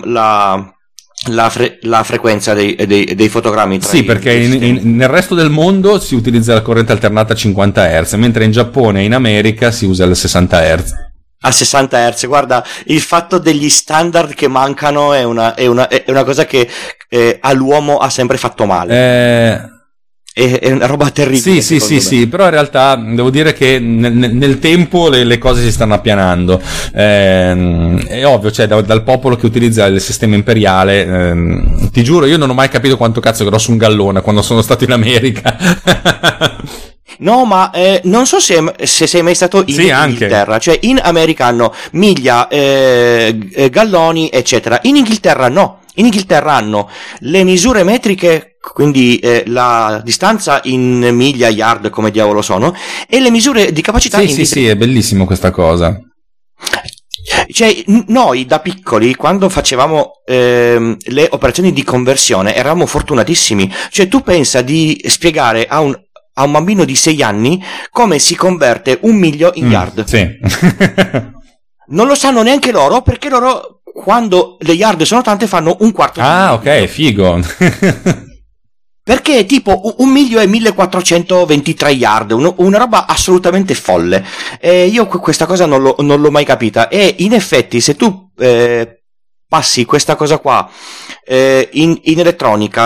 la frequenza dei fotogrammi tra sì, perché nel resto del mondo si utilizza la corrente alternata a 50 Hz, mentre in Giappone e in America si usa il 60 Hz. A 60 Hz, guarda, il fatto degli standard che mancano è una cosa che all'uomo ha sempre fatto male. È una roba terribile. Sì, però in realtà devo dire che nel tempo le cose si stanno appianando. È ovvio, cioè dal popolo che utilizza il sistema imperiale, ti giuro, io non ho mai capito quanto cazzo è grosso un gallone quando sono stato in America. No, ma non so se sei mai stato in Inghilterra. Cioè, in America hanno miglia, galloni, eccetera. In Inghilterra no. In Inghilterra hanno le misure metriche, quindi la distanza in miglia, yard, come diavolo sono, e le misure di capacità in litri. Sì, è bellissimo questa cosa. Cioè, noi da piccoli, quando facevamo le operazioni di conversione, eravamo fortunatissimi. Cioè, tu pensa di spiegare a un bambino di 6 anni come si converte un miglio in yard. Sì. Non lo sanno neanche loro, perché loro, quando le yard sono tante, fanno un quarto di miglio. Ok, figo. Perché tipo un miglio è 1423 yard, una roba assolutamente folle. Io questa cosa non l'ho mai capita, e in effetti se tu passi questa cosa qua in elettronica,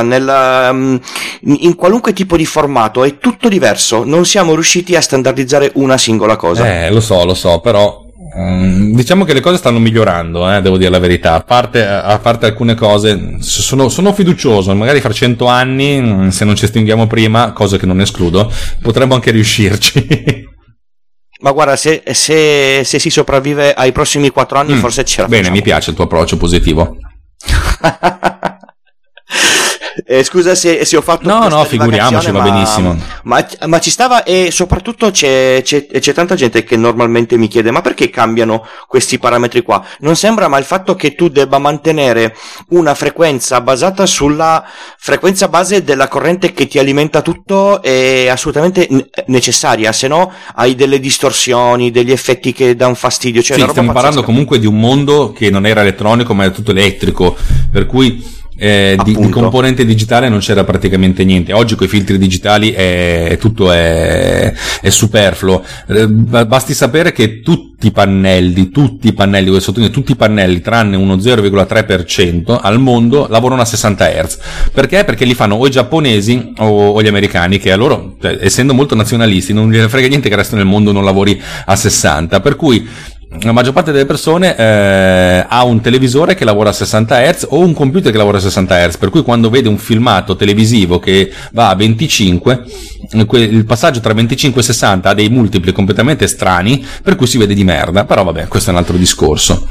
in qualunque tipo di formato, è tutto diverso. Non siamo riusciti a standardizzare una singola cosa. Lo so, però diciamo che le cose stanno migliorando, devo dire la verità. A parte alcune cose, sono fiducioso. Magari fra 100 anni, se non ci estinguiamo prima, cosa che non escludo, potremmo anche riuscirci. Ma guarda, se si sopravvive ai prossimi 4 anni, forse ce la facciamo. Bene, mi piace il tuo approccio positivo. Scusa se ho fatto no, figuriamoci, va benissimo. Ma ci stava, e soprattutto c'è tanta gente che normalmente mi chiede: ma perché cambiano questi parametri qua? Non sembra, ma il fatto che tu debba mantenere una frequenza basata sulla frequenza base della corrente che ti alimenta tutto è assolutamente necessaria, se no hai delle distorsioni, degli effetti che danno fastidio. Cioè, sì, stiamo parlando comunque di un mondo che non era elettronico ma era tutto elettrico, per cui di componente digitale non c'era praticamente niente. Oggi con i filtri digitali tutto è superfluo. Basti sapere che tutti i pannelli, sottolineo tutti i pannelli tranne uno 0,3% al mondo lavorano a 60 Hz. Perché? Perché li fanno o i giapponesi o gli americani, che a loro, cioè, essendo molto nazionalisti, non gliene frega niente che il resto del mondo non lavori a 60, per cui la maggior parte delle persone ha un televisore che lavora a 60 Hz o un computer che lavora a 60 Hz, per cui quando vede un filmato televisivo che va a 25, il passaggio tra 25 e 60 ha dei multipli completamente strani, per cui si vede di merda. Però vabbè, questo è un altro discorso.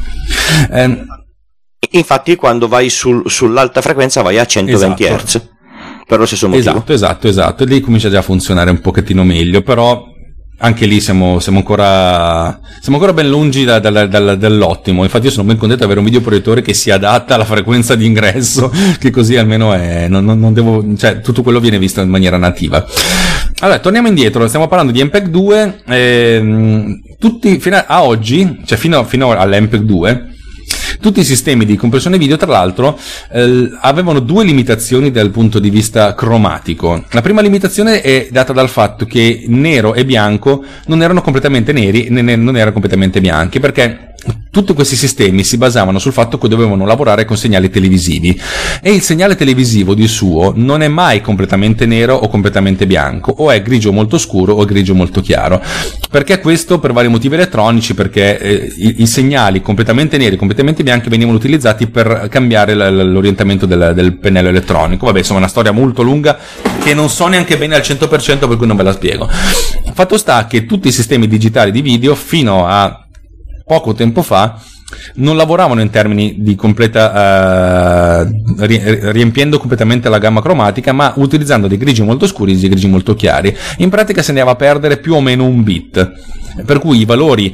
Infatti quando vai sull'alta frequenza vai a 120 Hz per lo stesso motivo. Esatto, e lì comincia già a funzionare un pochettino meglio, però anche lì siamo ancora ben lungi dall'ottimo. Infatti io sono ben contento di avere un videoproiettore che si adatta alla frequenza di ingresso, che così almeno non devo, cioè tutto quello viene visto in maniera nativa. Allora, torniamo indietro, stiamo parlando di MPEG 2, tutti fino a oggi, cioè fino all'MPEG 2, tutti i sistemi di compressione video, tra l'altro, avevano due limitazioni dal punto di vista cromatico. La prima limitazione è data dal fatto che nero e bianco non erano completamente neri, non erano completamente bianchi, perché tutti questi sistemi si basavano sul fatto che dovevano lavorare con segnali televisivi, e il segnale televisivo di suo non è mai completamente nero o completamente bianco, o è grigio molto scuro o è grigio molto chiaro. Perché questo? Per vari motivi elettronici, perché i segnali completamente neri, completamente bianchi venivano utilizzati per cambiare l'orientamento del pennello elettronico. Vabbè, insomma, una storia molto lunga che non so neanche bene al 100%, per cui non ve la spiego. Fatto sta che tutti i sistemi digitali di video fino a poco tempo fa non lavoravano in termini di completa riempiendo completamente la gamma cromatica, ma utilizzando dei grigi molto scuri e dei grigi molto chiari. In pratica si andava a perdere più o meno un bit, per cui i valori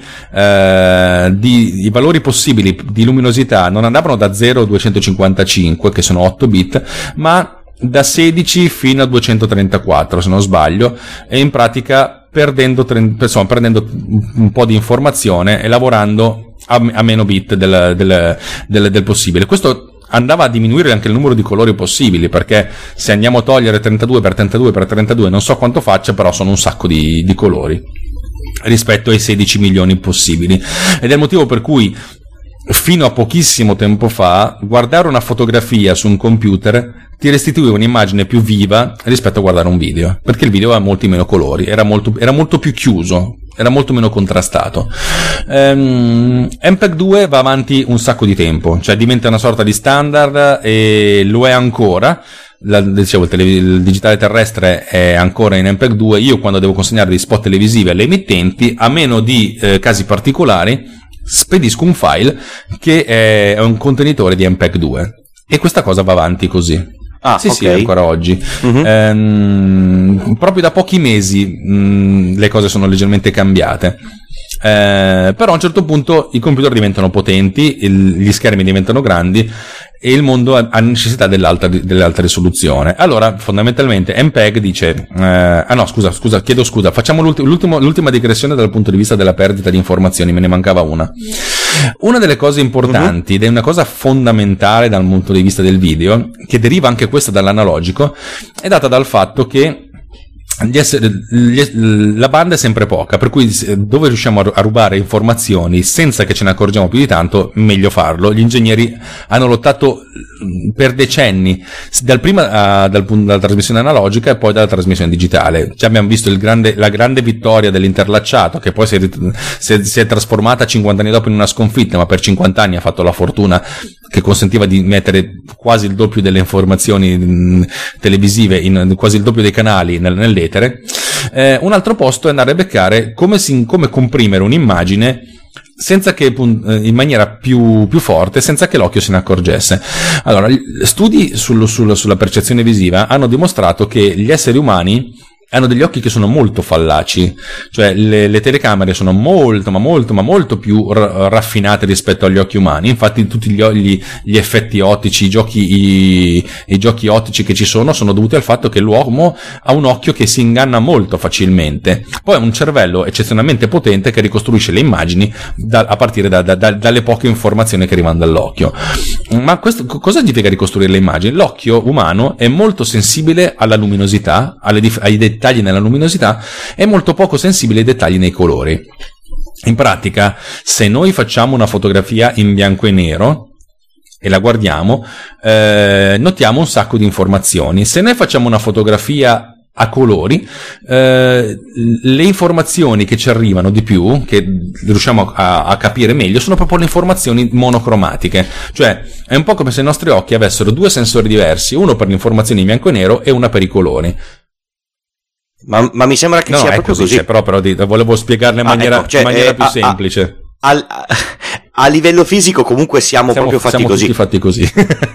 possibili di luminosità non andavano da 0 a 255, che sono 8 bit, ma da 16 fino a 234, se non sbaglio, e in pratica perdendo un po' di informazione e lavorando a meno bit del possibile. Questo andava a diminuire anche il numero di colori possibili, perché se andiamo a togliere 32 per 32 per 32, non so quanto faccia, però sono un sacco di colori rispetto ai 16 milioni possibili. Ed è il motivo per cui fino a pochissimo tempo fa guardare una fotografia su un computer ti restituiva un'immagine più viva rispetto a guardare un video, perché il video aveva molti meno colori, era molto più chiuso, era molto meno contrastato. MPEG 2 va avanti un sacco di tempo, cioè diventa una sorta di standard, e lo è ancora. Dicevo, il digitale terrestre è ancora in MPEG 2. Io quando devo consegnare dei spot televisivi alle emittenti, a meno di casi particolari, spedisco un file che è un contenitore di MPEG 2, e questa cosa va avanti così. Sì, okay. Sì, ancora oggi. Proprio da pochi mesi le cose sono leggermente cambiate. Però a un certo punto i computer diventano potenti, gli schermi diventano grandi, e il mondo ha necessità dell'alta risoluzione. Allora, fondamentalmente, MPEG dice chiedo scusa, facciamo l'ultima digressione dal punto di vista della perdita di informazioni, me ne mancava una. Una delle cose importanti, ed è una cosa fondamentale dal punto di vista del video, che deriva anche questa dall'analogico, è data dal fatto che la banda è sempre poca, per cui dove riusciamo a rubare informazioni senza che ce ne accorgiamo più di tanto, meglio farlo. Gli ingegneri hanno lottato per decenni, dalla trasmissione analogica e poi dalla trasmissione digitale. Abbiamo visto la grande vittoria dell'interlacciato, che poi si è trasformata 50 anni dopo in una sconfitta, ma per 50 anni ha fatto la fortuna che consentiva di mettere quasi il doppio delle informazioni televisive, quasi il doppio dei canali nell'etere. Un altro posto è andare a beccare come comprimere un'immagine senza che in maniera più forte, senza che l'occhio se ne accorgesse. Allora, studi sulla percezione visiva hanno dimostrato che gli esseri umani hanno degli occhi che sono molto fallaci, cioè le telecamere sono molto più raffinate rispetto agli occhi umani. Infatti tutti gli effetti ottici, i giochi ottici che ci sono dovuti al fatto che l'uomo ha un occhio che si inganna molto facilmente, poi ha un cervello eccezionalmente potente che ricostruisce le immagini a partire dalle poche informazioni che arrivano dall'occhio. Ma questo cosa significa ricostruire le immagini? L'occhio umano è molto sensibile alla luminosità, ai dettagli nella luminosità, è molto poco sensibile ai dettagli nei colori. In pratica, se noi facciamo una fotografia in bianco e nero e la guardiamo, notiamo un sacco di informazioni. Se noi facciamo una fotografia a colori, le informazioni che ci arrivano di più, che riusciamo a capire meglio, sono proprio le informazioni monocromatiche. Cioè è un po' come se i nostri occhi avessero due sensori diversi, uno per le informazioni in bianco e nero e una per i colori. Ma mi sembra che sia proprio così. Però volevo spiegarla in maniera più semplice. A livello fisico comunque siamo proprio fatti così. Tutti fatti così.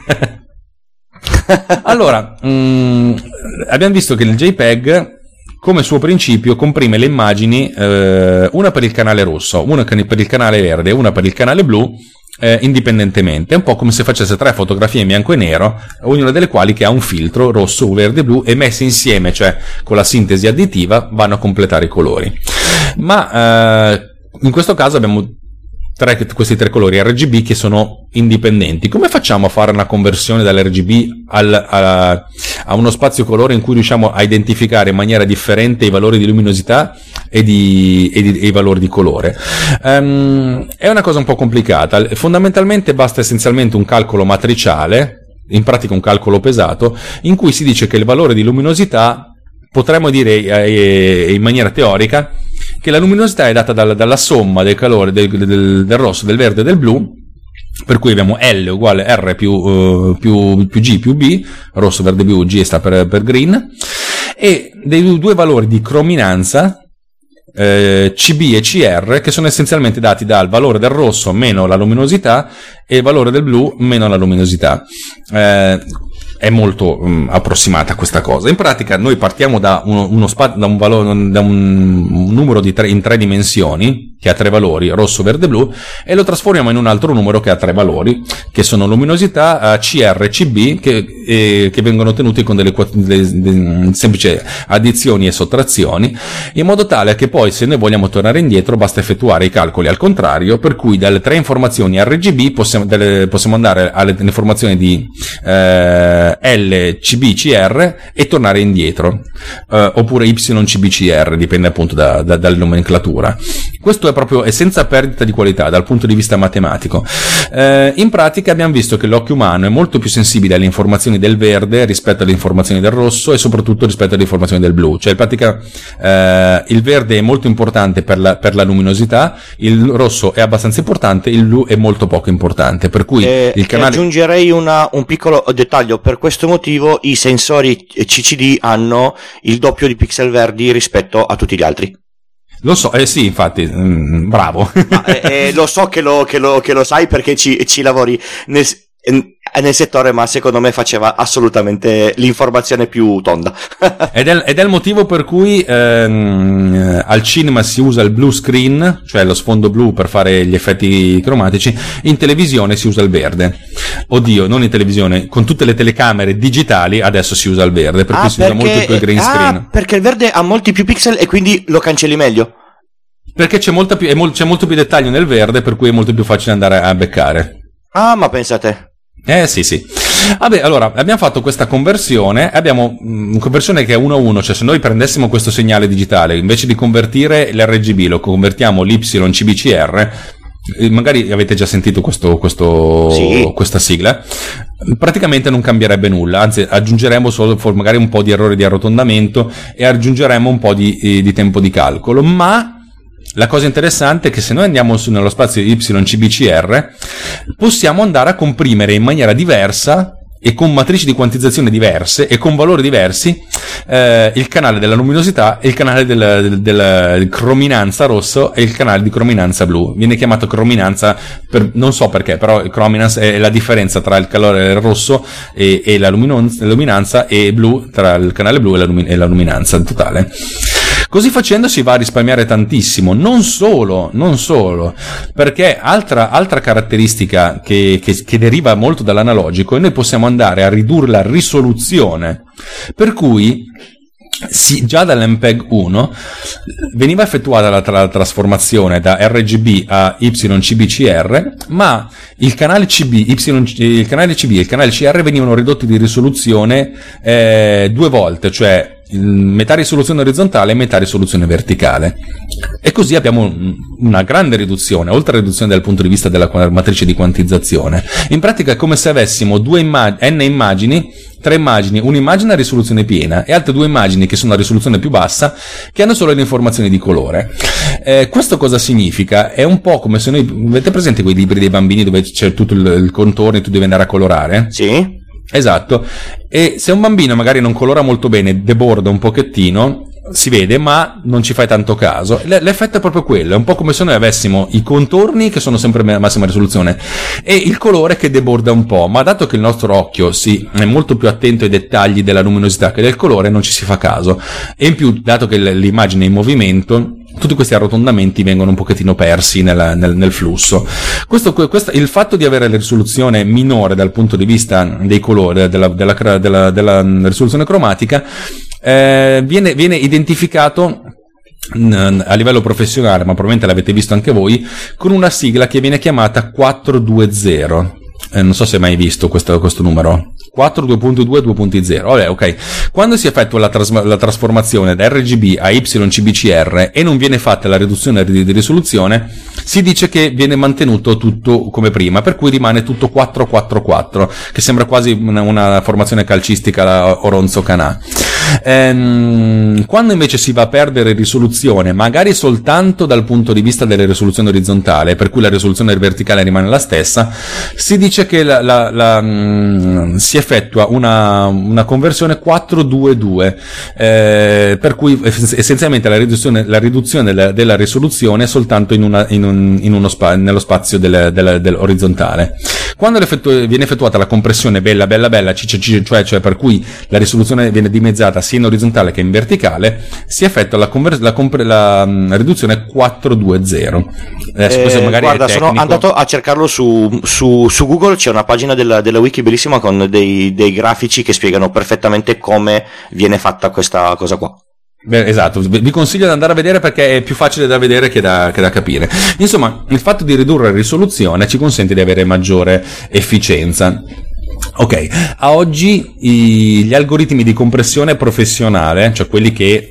Allora, abbiamo visto che il JPEG, come suo principio, comprime le immagini, una per il canale rosso, una per il canale verde e una per il canale blu, indipendentemente. È un po' come se facesse 3 fotografie in bianco e nero, ognuna delle quali che ha un filtro rosso, verde e blu, e messe insieme, cioè con la sintesi additiva, vanno a completare i colori. Ma in questo caso abbiamo questi 3 colori RGB che sono indipendenti. Come facciamo a fare una conversione dall'RGB a uno spazio colore in cui riusciamo a identificare in maniera differente i valori di luminosità e i valori di colore? È una cosa un po' complicata. Fondamentalmente basta essenzialmente un calcolo matriciale, in pratica un calcolo pesato, in cui si dice che il valore di luminosità, potremmo dire in maniera teorica, che la luminosità è data dalla somma del calore del rosso, del verde e del blu, per cui abbiamo L uguale R più G più B, rosso, verde, blu, G sta per green, e dei 2 valori di crominanza, CB e CR, che sono essenzialmente dati dal valore del rosso meno la luminosità e il valore del blu meno la luminosità. È molto approssimata questa cosa. In pratica noi partiamo da un numero in 3 dimensioni che ha 3 valori, rosso, verde, blu, e lo trasformiamo in un altro numero che ha 3 valori, che sono luminosità, CR e CB, che vengono ottenuti con delle semplici addizioni e sottrazioni, in modo tale che poi, se noi vogliamo tornare indietro, basta effettuare i calcoli al contrario, per cui dalle 3 informazioni RGB possiamo andare alle informazioni di L, CB, CR e tornare indietro, oppure Y, CB, CR, dipende appunto dalla nomenclatura. Questo è senza perdita di qualità dal punto di vista matematico. In pratica abbiamo visto che l'occhio umano è molto più sensibile alle informazioni del verde rispetto alle informazioni del rosso e soprattutto rispetto alle informazioni del blu. Cioè in pratica il verde è molto importante per la luminosità, il rosso è abbastanza importante, il blu è molto poco importante, per cui il canale... Aggiungerei un piccolo dettaglio: per questo motivo i sensori CCD hanno il doppio di pixel verdi rispetto a tutti gli altri. Lo so, sì, infatti, bravo. Lo so che lo sai perché ci lavori nel settore, ma secondo me faceva assolutamente l'informazione più tonda. ed è il motivo per cui al cinema si usa il blue screen, cioè lo sfondo blu per fare gli effetti cromatici. In televisione si usa il verde. Oddio, non in televisione, con tutte le telecamere digitali adesso si usa il verde, per cui si usa molto più il green screen. Perché il verde ha molti più pixel e quindi lo cancelli meglio? Perché c'è molto più dettaglio nel verde, per cui è molto più facile andare a beccare. Ah, ma pensate. Sì. Vabbè, allora, abbiamo fatto questa conversione, abbiamo una conversione che è 1:1, cioè se noi prendessimo questo segnale digitale, invece di convertire l'RGB, lo convertiamo l'YCBCR, magari avete già sentito questa sigla, praticamente non cambierebbe nulla, anzi aggiungeremo solo magari un po' di errori di arrotondamento e aggiungeremo un po' di tempo di calcolo, ma la cosa interessante è che se noi andiamo nello spazio YCBCR possiamo andare a comprimere in maniera diversa e con matrici di quantizzazione diverse e con valori diversi il canale della luminosità e il canale della crominanza rosso e il canale di crominanza blu. Viene chiamato crominanza non so perché, però crominance è la differenza tra il calore rosso e la luminanza, e blu tra il canale blu e la luminanza totale. Così facendo si va a risparmiare tantissimo, non solo, perché altra caratteristica che deriva molto dall'analogico, e noi possiamo andare a ridurre la risoluzione, per cui già dall'MPEG 1 veniva effettuata la trasformazione da RGB a YCbCR, ma il canale CB e il canale CR venivano ridotti di risoluzione 2 volte, cioè metà risoluzione orizzontale e metà risoluzione verticale, e così abbiamo una grande riduzione, oltre alla riduzione dal punto di vista della matrice di quantizzazione. In pratica è come se avessimo n immagini, 3 immagini, un'immagine a risoluzione piena e altre 2 immagini che sono a risoluzione più bassa, che hanno solo le informazioni di colore. Questo cosa significa? È un po' come se noi, avete presente quei libri dei bambini dove c'è tutto il contorno e tu devi andare a colorare? Sì. Esatto, e se un bambino magari non colora molto bene, deborda un pochettino, si vede, ma non ci fai tanto caso. L'effetto è proprio quello, è un po' come se noi avessimo i contorni che sono sempre a massima risoluzione e il colore che deborda un po', ma dato che il nostro occhio è molto più attento ai dettagli della luminosità che del colore, non ci si fa caso, e in più, dato che l'immagine è in movimento, tutti questi arrotondamenti vengono un pochettino persi nel flusso. Il fatto di avere la risoluzione minore dal punto di vista dei colori, della risoluzione cromatica, viene identificato a livello professionale, ma probabilmente l'avete visto anche voi, con una sigla che viene chiamata 420. Non so se hai mai visto questo numero. 4.2.2.0. Vabbè, ok. Quando si effettua la trasformazione da RGB a YCbCR e non viene fatta la riduzione di risoluzione, si dice che viene mantenuto tutto come prima, per cui rimane tutto 444, che sembra quasi una formazione calcistica la Oronzo Canà. Quando invece si va a perdere risoluzione, magari soltanto dal punto di vista della risoluzione orizzontale, per cui la risoluzione verticale rimane la stessa, si dice che si effettua una conversione 422, per cui essenzialmente la riduzione della risoluzione è soltanto nello spazio dell'orizzontale. Quando viene effettuata la compressione bella, cioè per cui la risoluzione viene dimezzata sia in orizzontale che in verticale, si effettua la riduzione 420. Adesso magari guarda, sono andato a cercarlo su Google, c'è una pagina della wiki bellissima con dei grafici che spiegano perfettamente come viene fatta questa cosa qua. Beh, esatto, vi consiglio di andare a vedere perché è più facile da vedere che da capire. Insomma, il fatto di ridurre la risoluzione ci consente di avere maggiore efficienza. Ok, a oggi gli algoritmi di compressione professionale, cioè quelli che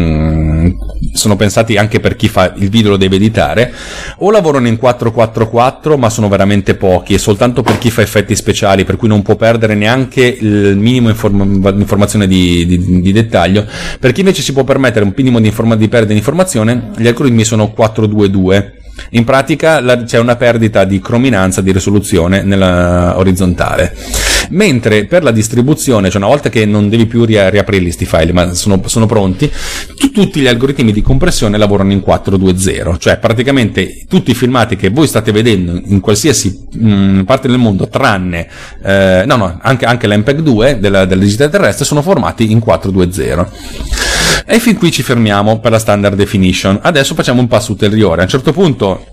sono pensati anche per chi fa il video lo deve editare, o lavorano in 444 ma sono veramente pochi e soltanto per chi fa effetti speciali, per cui non può perdere neanche il minimo informazione di dettaglio. Per chi invece si può permettere un minimo di perdita di informazione, gli algoritmi sono 422. In pratica c'è una perdita di crominanza, di risoluzione nella orizzontale, mentre per la distribuzione, cioè una volta che non devi più riaprirli sti file ma sono pronti, tutti gli algoritmi di compressione lavorano in 420, cioè praticamente tutti i filmati che voi state vedendo in qualsiasi parte del mondo tranne anche l'MPEG 2 della digitale terrestre sono formati in 420. E fin qui ci fermiamo per la standard definition. Adesso facciamo un passo ulteriore. A un certo punto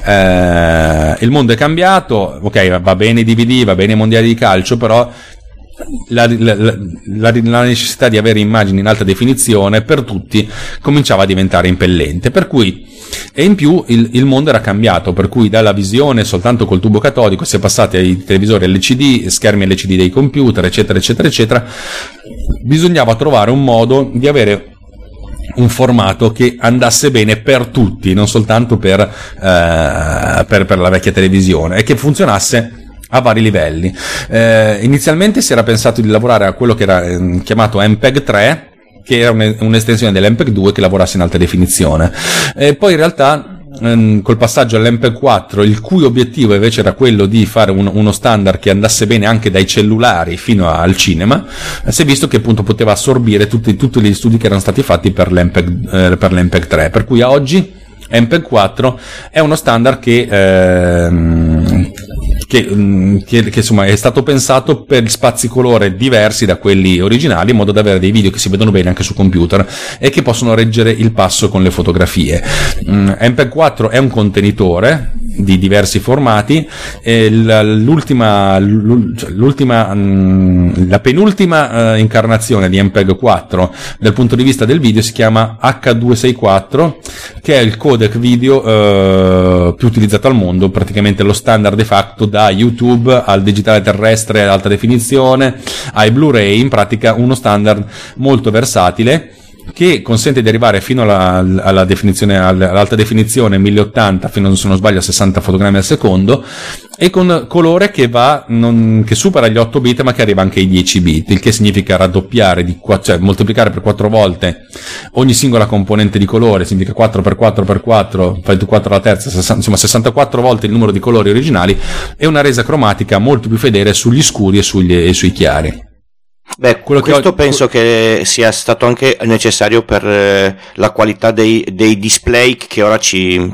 il mondo è cambiato, ok, va bene i DVD, va bene i mondiali di calcio, però la necessità di avere immagini in alta definizione per tutti cominciava a diventare impellente, per cui, e in più il mondo era cambiato, per cui dalla visione soltanto col tubo catodico si è passati ai televisori LCD, schermi LCD dei computer, eccetera eccetera eccetera. Bisognava trovare un modo di avere un formato che andasse bene per tutti, non soltanto per la vecchia televisione, e che funzionasse a vari livelli. Inizialmente si era pensato di lavorare a quello che era chiamato MPEG 3, che era un'estensione dell'MPEG 2 che lavorasse in alta definizione. Poi in realtà col passaggio all'MPEG 4, il cui obiettivo invece era quello di fare uno standard che andasse bene anche dai cellulari fino al cinema, si è visto che appunto poteva assorbire tutti gli studi che erano stati fatti per l'MPEG 3, per cui a oggi MPEG 4 è uno standard che insomma è stato pensato per spazi colore diversi da quelli originali, in modo da avere dei video che si vedono bene anche su computer e che possono reggere il passo con le fotografie. MPEG 4 è un contenitore di diversi formati, la penultima incarnazione di MPEG 4 dal punto di vista del video si chiama H264, che è il codec video più utilizzato al mondo, praticamente lo standard de facto da YouTube al digitale terrestre ad alta definizione ai Blu-ray, in pratica uno standard molto versatile che consente di arrivare fino alla definizione, all'alta definizione 1080 fino, se non sbaglio, a 60 fotogrammi al secondo, e con colore che che supera gli 8 bit ma che arriva anche ai 10 bit, il che significa raddoppiare cioè moltiplicare per 4 volte ogni singola componente di colore, significa 4x4x4, fai tu 4 alla terza, insomma 64 volte il numero di colori originali, e una resa cromatica molto più fedele sugli scuri e sui chiari. Beh, questo penso che sia stato anche necessario per la qualità dei display che ora ci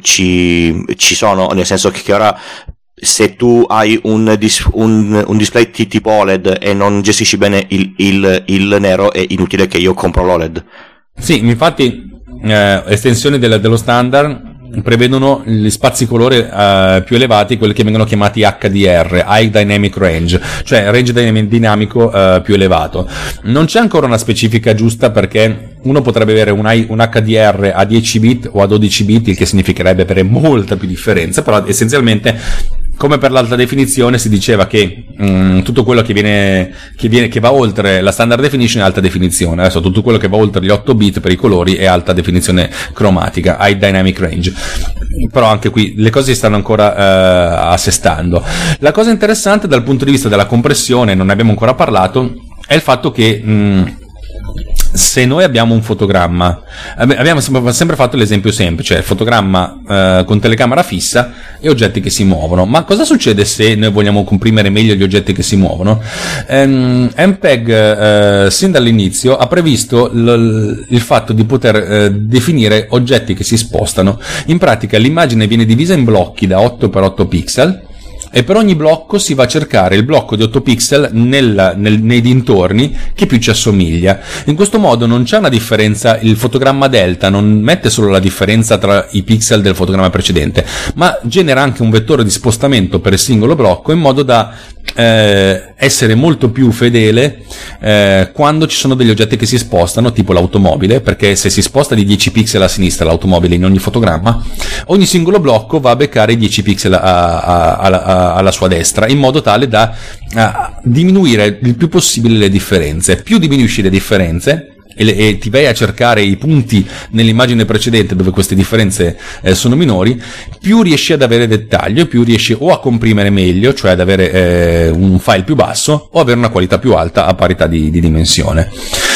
sono, nel senso che ora se tu hai un display tipo OLED e non gestisci bene il nero, è inutile che io compro l'OLED. Sì, infatti estensioni dello standard prevedono gli spazi colore più elevati, quelli che vengono chiamati HDR, High Dynamic Range, cioè range dinamico più elevato. Non c'è ancora una specifica giusta, perché uno potrebbe avere un HDR a 10 bit o a 12 bit, il che significherebbe avere molta più differenza, però essenzialmente, come per l'alta definizione, si diceva che tutto quello che va oltre la standard definition è alta definizione. Adesso tutto quello che va oltre gli 8 bit per i colori è alta definizione cromatica, high dynamic range. Però anche qui le cose si stanno ancora assestando. La cosa interessante dal punto di vista della compressione, non ne abbiamo ancora parlato, è il fatto che se noi abbiamo un fotogramma, abbiamo sempre fatto l'esempio semplice, il fotogramma con telecamera fissa e oggetti che si muovono. Ma cosa succede se noi vogliamo comprimere meglio gli oggetti che si muovono? MPEG sin dall'inizio ha previsto il fatto di poter definire oggetti che si spostano. In pratica l'immagine viene divisa in blocchi da 8x8 pixel, e per ogni blocco si va a cercare il blocco di 8 pixel nei dintorni che più ci assomiglia. In questo modo non c'è una differenza, il fotogramma delta non mette solo la differenza tra i pixel del fotogramma precedente, ma genera anche un vettore di spostamento per il singolo blocco, in modo da essere molto più fedele quando ci sono degli oggetti che si spostano, tipo l'automobile, perché se si sposta di 10 pixel a sinistra l'automobile in ogni fotogramma, ogni singolo blocco va a beccare 10 pixel alla sua destra, in modo tale da diminuire il più possibile le differenze. Più diminuisci le differenze e ti vai a cercare i punti nell'immagine precedente dove queste differenze sono minori, più riesci ad avere dettaglio, più riesci o a comprimere meglio, cioè ad avere un file più basso, o avere una qualità più alta a parità di dimensione.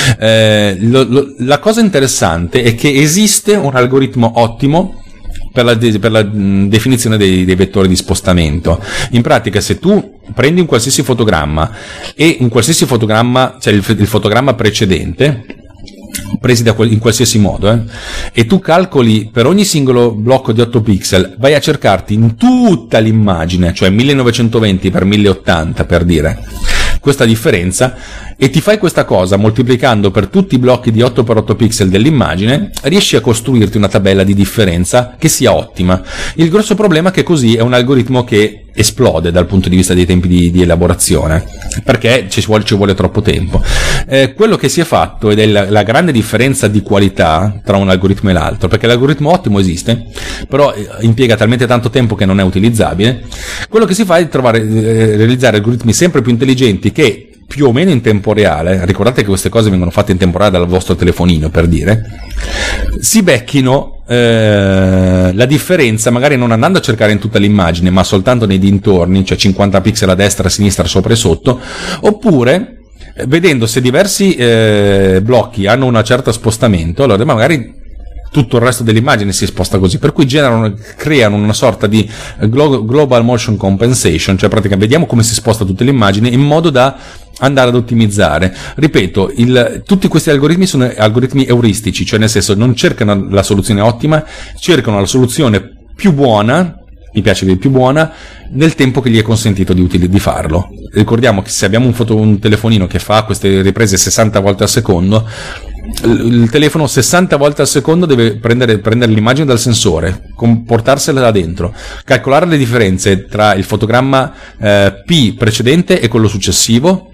La cosa interessante è che esiste un algoritmo ottimo per la definizione dei vettori di spostamento. In pratica, se tu prendi un qualsiasi fotogramma e un qualsiasi fotogramma, cioè il fotogramma precedente, presi in qualsiasi modo, e tu calcoli per ogni singolo blocco di 8 pixel, vai a cercarti in tutta l'immagine, cioè 1920 x 1080 per dire, questa differenza, e ti fai questa cosa moltiplicando per tutti i blocchi di 8x8 pixel dell'immagine, riesci a costruirti una tabella di differenza che sia ottima. Il grosso problema è che così è un algoritmo che esplode dal punto di vista dei tempi di elaborazione, perché ci vuole troppo tempo. Quello che si è fatto, ed è la grande differenza di qualità tra un algoritmo e l'altro, perché l'algoritmo ottimo esiste, però impiega talmente tanto tempo che non è utilizzabile. Quello che si fa è realizzare algoritmi sempre più intelligenti che più o meno in tempo reale, ricordate che queste cose vengono fatte in tempo reale dal vostro telefonino, per dire, si becchino la differenza, magari non andando a cercare in tutta l'immagine, ma soltanto nei dintorni, cioè 50 pixel a destra, a sinistra, sopra e sotto, oppure vedendo se diversi blocchi hanno un certo spostamento, allora magari tutto il resto dell'immagine si sposta così, per cui creano una sorta di global motion compensation, cioè praticamente vediamo come si sposta tutta l'immagine in modo da andare ad ottimizzare. Ripeto, tutti questi algoritmi sono algoritmi euristici, cioè nel senso non cercano la soluzione ottima, cercano la soluzione più buona, mi piace dire più buona, nel tempo che gli è consentito di farlo. Ricordiamo che se abbiamo un telefonino che fa queste riprese 60 volte al secondo, il telefono 60 volte al secondo deve prendere l'immagine dal sensore, portarsela da dentro, calcolare le differenze tra il fotogramma P precedente e quello successivo,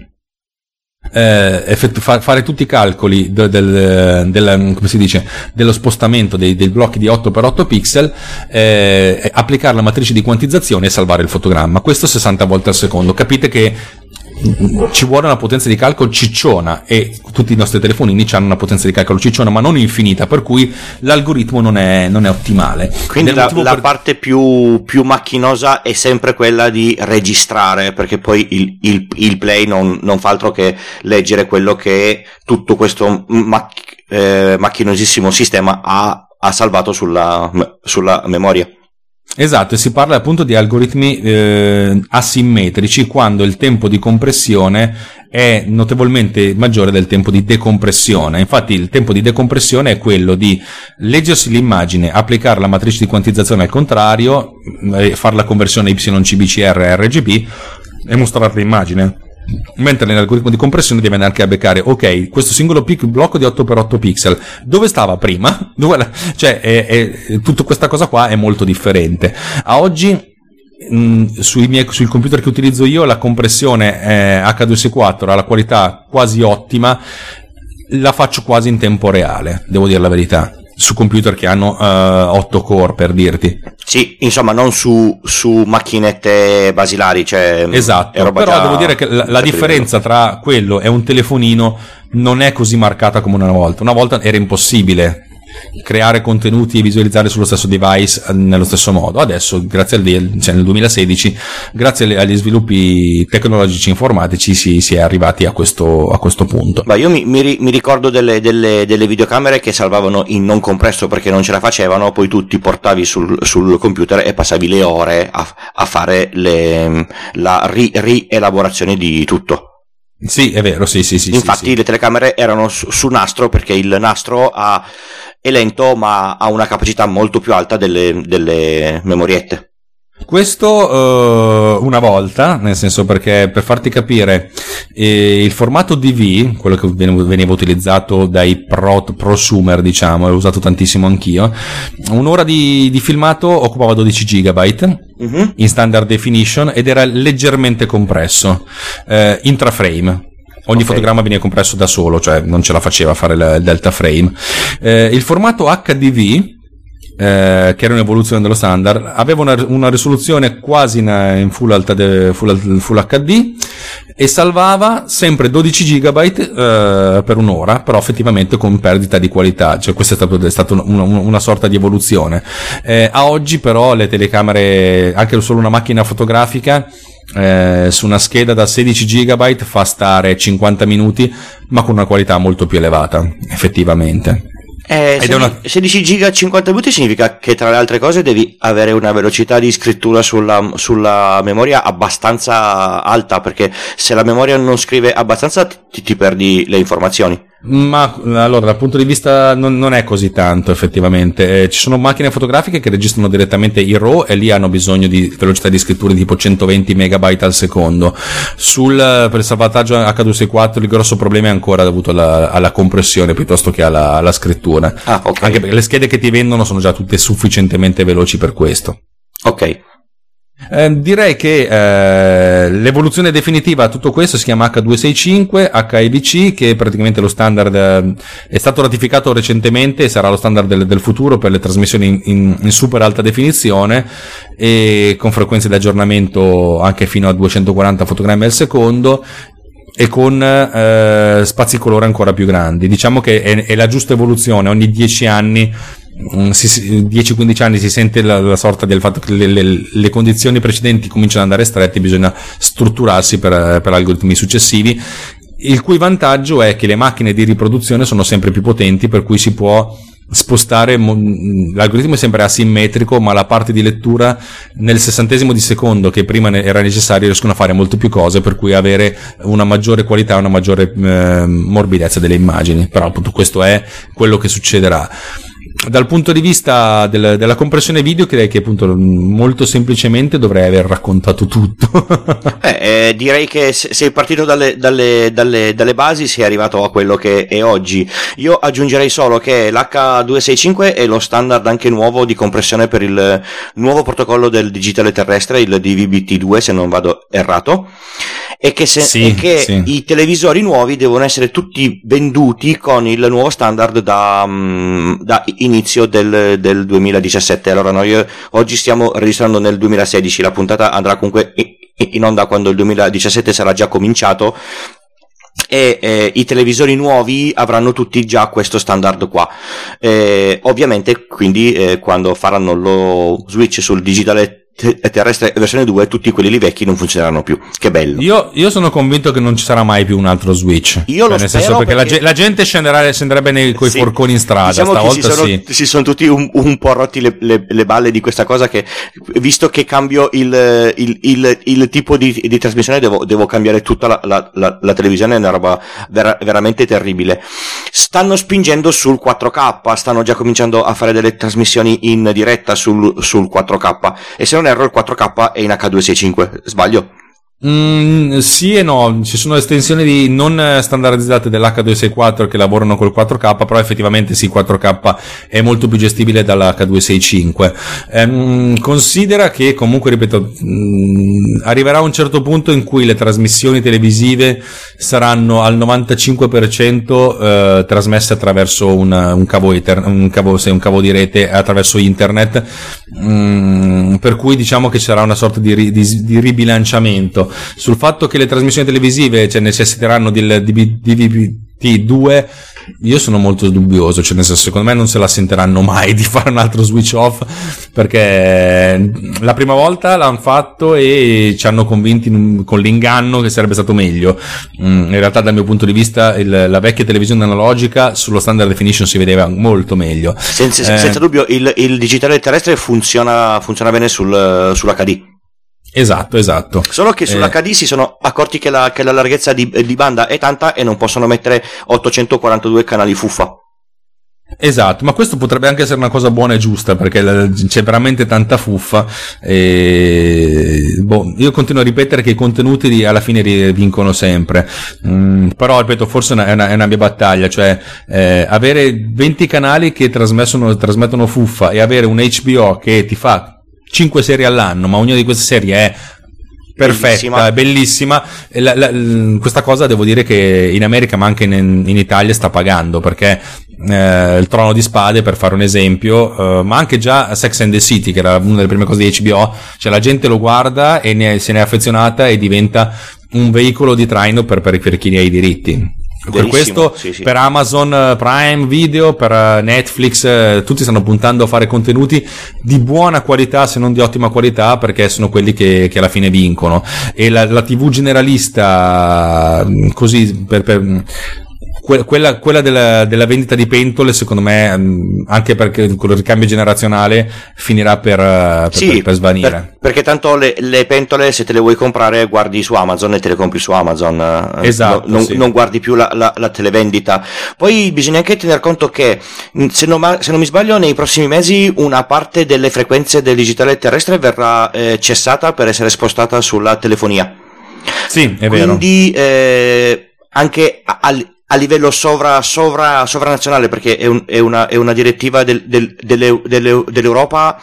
fare tutti i calcoli come si dice, dello spostamento dei blocchi di 8x8 pixel, applicare la matrice di quantizzazione e salvare il fotogramma. Questo 60 volte al secondo. Capite che ci vuole una potenza di calcolo cicciona, e tutti i nostri telefonini hanno una potenza di calcolo cicciona, ma non infinita, per cui l'algoritmo non è ottimale. Quindi la parte più macchinosa è sempre quella di registrare, perché poi il play non fa altro che leggere quello che tutto questo macchinosissimo sistema ha salvato sulla memoria. Esatto, e si parla appunto di algoritmi asimmetrici, quando il tempo di compressione è notevolmente maggiore del tempo di decompressione. Infatti il tempo di decompressione è quello di leggersi l'immagine, applicare la matrice di quantizzazione al contrario, fare la conversione YCBCR a RGB e mostrare l'immagine. Mentre nell'algoritmo di compressione deve andare anche a beccare, ok, questo singolo blocco di 8x8 pixel dove stava prima? Tutta questa cosa qua è molto differente. A oggi sul computer che utilizzo io la compressione H264 ha la qualità quasi ottima, la faccio quasi in tempo reale, devo dire la verità, su computer che hanno 8 core, per dirti. Sì, insomma, non su macchinette basilari, cioè esatto, però devo dire che la differenza tra quello e un telefonino non è così marcata come una volta. Una volta era impossibile creare contenuti e visualizzare sullo stesso device nello stesso modo. Adesso, nel 2016, grazie agli sviluppi tecnologici informatici, si è arrivati a questo punto. Ma io mi ricordo delle videocamere che salvavano in non compresso perché non ce la facevano, poi tu ti portavi sul computer e passavi le ore a fare la rielaborazione di tutto. Sì, è vero, sì. Infatti le telecamere erano su nastro, perché il nastro è lento ma ha una capacità molto più alta delle memoriette. Questo una volta, nel senso, perché per farti capire, il formato DV, quello che veniva utilizzato dai prosumer, diciamo, l'ho usato tantissimo anch'io, un'ora di filmato occupava 12 GB in standard definition ed era leggermente compresso, intraframe. Ogni fotogramma veniva compresso da solo, cioè non ce la faceva fare il delta frame. Il formato HDV, che era un'evoluzione dello standard, aveva una risoluzione quasi in full HD e salvava sempre 12 GB per un'ora, però effettivamente con perdita di qualità. Cioè questa è stata una sorta di evoluzione. A oggi però le telecamere, anche solo una macchina fotografica, su una scheda da 16 GB fa stare 50 minuti, ma con una qualità molto più elevata, effettivamente. 16 giga a 50 minuti significa che, tra le altre cose, devi avere una velocità di scrittura sulla memoria abbastanza alta, perché se la memoria non scrive abbastanza ti perdi le informazioni. Ma allora, dal punto di vista non è così tanto, effettivamente. Ci sono macchine fotografiche che registrano direttamente i RAW e lì hanno bisogno di velocità di scrittura di tipo 120 megabyte al secondo. Per il salvataggio H264 il grosso problema è ancora dovuto alla compressione piuttosto che alla scrittura. Okay. Anche perché le schede che ti vendono sono già tutte sufficientemente veloci per questo. Ok. Direi che l'evoluzione definitiva a tutto questo si chiama H265 HEVC, che è praticamente lo standard, è stato ratificato recentemente e sarà lo standard del futuro per le trasmissioni in super alta definizione e con frequenze di aggiornamento anche fino a 240 fotogrammi al secondo e con spazi colore ancora più grandi. Diciamo che è la giusta evoluzione. Ogni 10 anni 10-15 anni si sente la sorta del fatto che le condizioni precedenti cominciano ad andare strette, bisogna strutturarsi per algoritmi successivi, il cui vantaggio è che le macchine di riproduzione sono sempre più potenti, per cui si può spostare, l'algoritmo è sempre asimmetrico, ma la parte di lettura nel 60° di secondo che prima era necessario riescono a fare molte più cose, per cui avere una maggiore qualità, una maggiore morbidezza delle immagini. Però appunto questo è quello che succederà. Dal punto di vista della compressione video, direi che appunto molto semplicemente dovrei aver raccontato tutto. Direi che sei partito dalle basi, sei arrivato a quello che è oggi. Io aggiungerei solo che l'H265 è lo standard anche nuovo di compressione per il nuovo protocollo del digitale terrestre, il DVB-T2 se non vado errato, e che i televisori nuovi devono essere tutti venduti con il nuovo standard da inizio del 2017. Allora noi oggi stiamo registrando nel 2016, la puntata andrà comunque in onda quando il 2017 sarà già cominciato, e i televisori nuovi avranno tutti già questo standard qua. Ovviamente quindi quando faranno lo switch sul digitale terrestre versione 2, tutti quelli lì vecchi non funzioneranno più. Che bello. Io sono convinto che non ci sarà mai più un altro switch. Io lo nel spero, senso perché la gente scenderebbe coi forconi in strada. Diciamo stavolta che si sono tutti un po' rotti le balle di questa cosa, che visto che cambio il tipo di trasmissione devo cambiare tutta la televisione. È una roba veramente terribile. Stanno spingendo sul 4K, stanno già cominciando a fare delle trasmissioni in diretta sul 4K, e se non erro il 4K è in H265, sbaglio? Sì e no, ci sono estensioni non standardizzate dell'H264 che lavorano col 4K, però effettivamente sì, 4K è molto più gestibile dall'H265. Considera che comunque, ripeto, arriverà un certo punto in cui le trasmissioni televisive saranno al 95% trasmesse attraverso un cavo di rete, attraverso internet, per cui diciamo che ci sarà una sorta di ribilanciamento. Sul fatto che le trasmissioni televisive necessiteranno del DVB-T2, io sono molto dubbioso, nel senso, secondo me non se la senteranno mai di fare un altro switch off, perché la prima volta l'hanno fatto e ci hanno convinti con l'inganno che sarebbe stato meglio. In realtà dal mio punto di vista la vecchia televisione analogica sullo standard definition si vedeva molto meglio. Senza dubbio il digitale terrestre funziona bene sull'HD. Esatto. Solo che sull'HD si sono accorti che la larghezza di banda è tanta e non possono mettere 842 canali fuffa. Esatto, ma questo potrebbe anche essere una cosa buona e giusta, perché c'è veramente tanta fuffa io continuo a ripetere che i contenuti alla fine vincono sempre, però ripeto, forse è una mia battaglia, cioè avere 20 canali che trasmettono fuffa e avere un HBO che ti fa 5 serie all'anno, ma ognuna di queste serie è perfetta, bellissima. Questa cosa devo dire che in America, ma anche in Italia, sta pagando, perché il Trono di Spade, per fare un esempio, ma anche già Sex and the City, che era una delle prime cose di HBO, cioè la gente lo guarda e se ne è affezionata e diventa un veicolo di traino per chi ne ha i diritti. Per questo sì. Per Amazon Prime Video, per Netflix, tutti stanno puntando a fare contenuti di buona qualità, se non di ottima qualità, perché sono quelli che alla fine vincono. E la TV generalista, così quella della vendita di pentole, secondo me, anche perché con il ricambio generazionale finirà per svanire. Perché tanto le pentole, se te le vuoi comprare, guardi su Amazon e te le compri su Amazon. Esatto, non guardi più la televendita. Poi bisogna anche tener conto che, se non mi sbaglio, nei prossimi mesi una parte delle frequenze del digitale terrestre verrà cessata per essere spostata sulla telefonia. Sì, è vero. Quindi anche a livello sovranazionale, perché è una direttiva dell'Europa,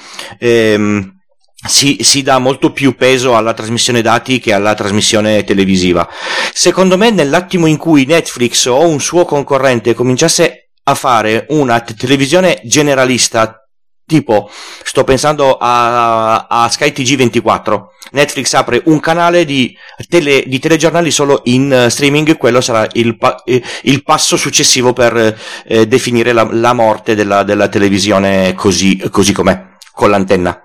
si dà molto più peso alla trasmissione dati che alla trasmissione televisiva. Secondo me, nell'attimo in cui Netflix o un suo concorrente cominciasse a fare una televisione generalista, tipo, sto pensando a Sky TG24, Netflix apre un canale di telegiornali solo in streaming, quello sarà il passo successivo per definire la morte della televisione così com'è, con l'antenna.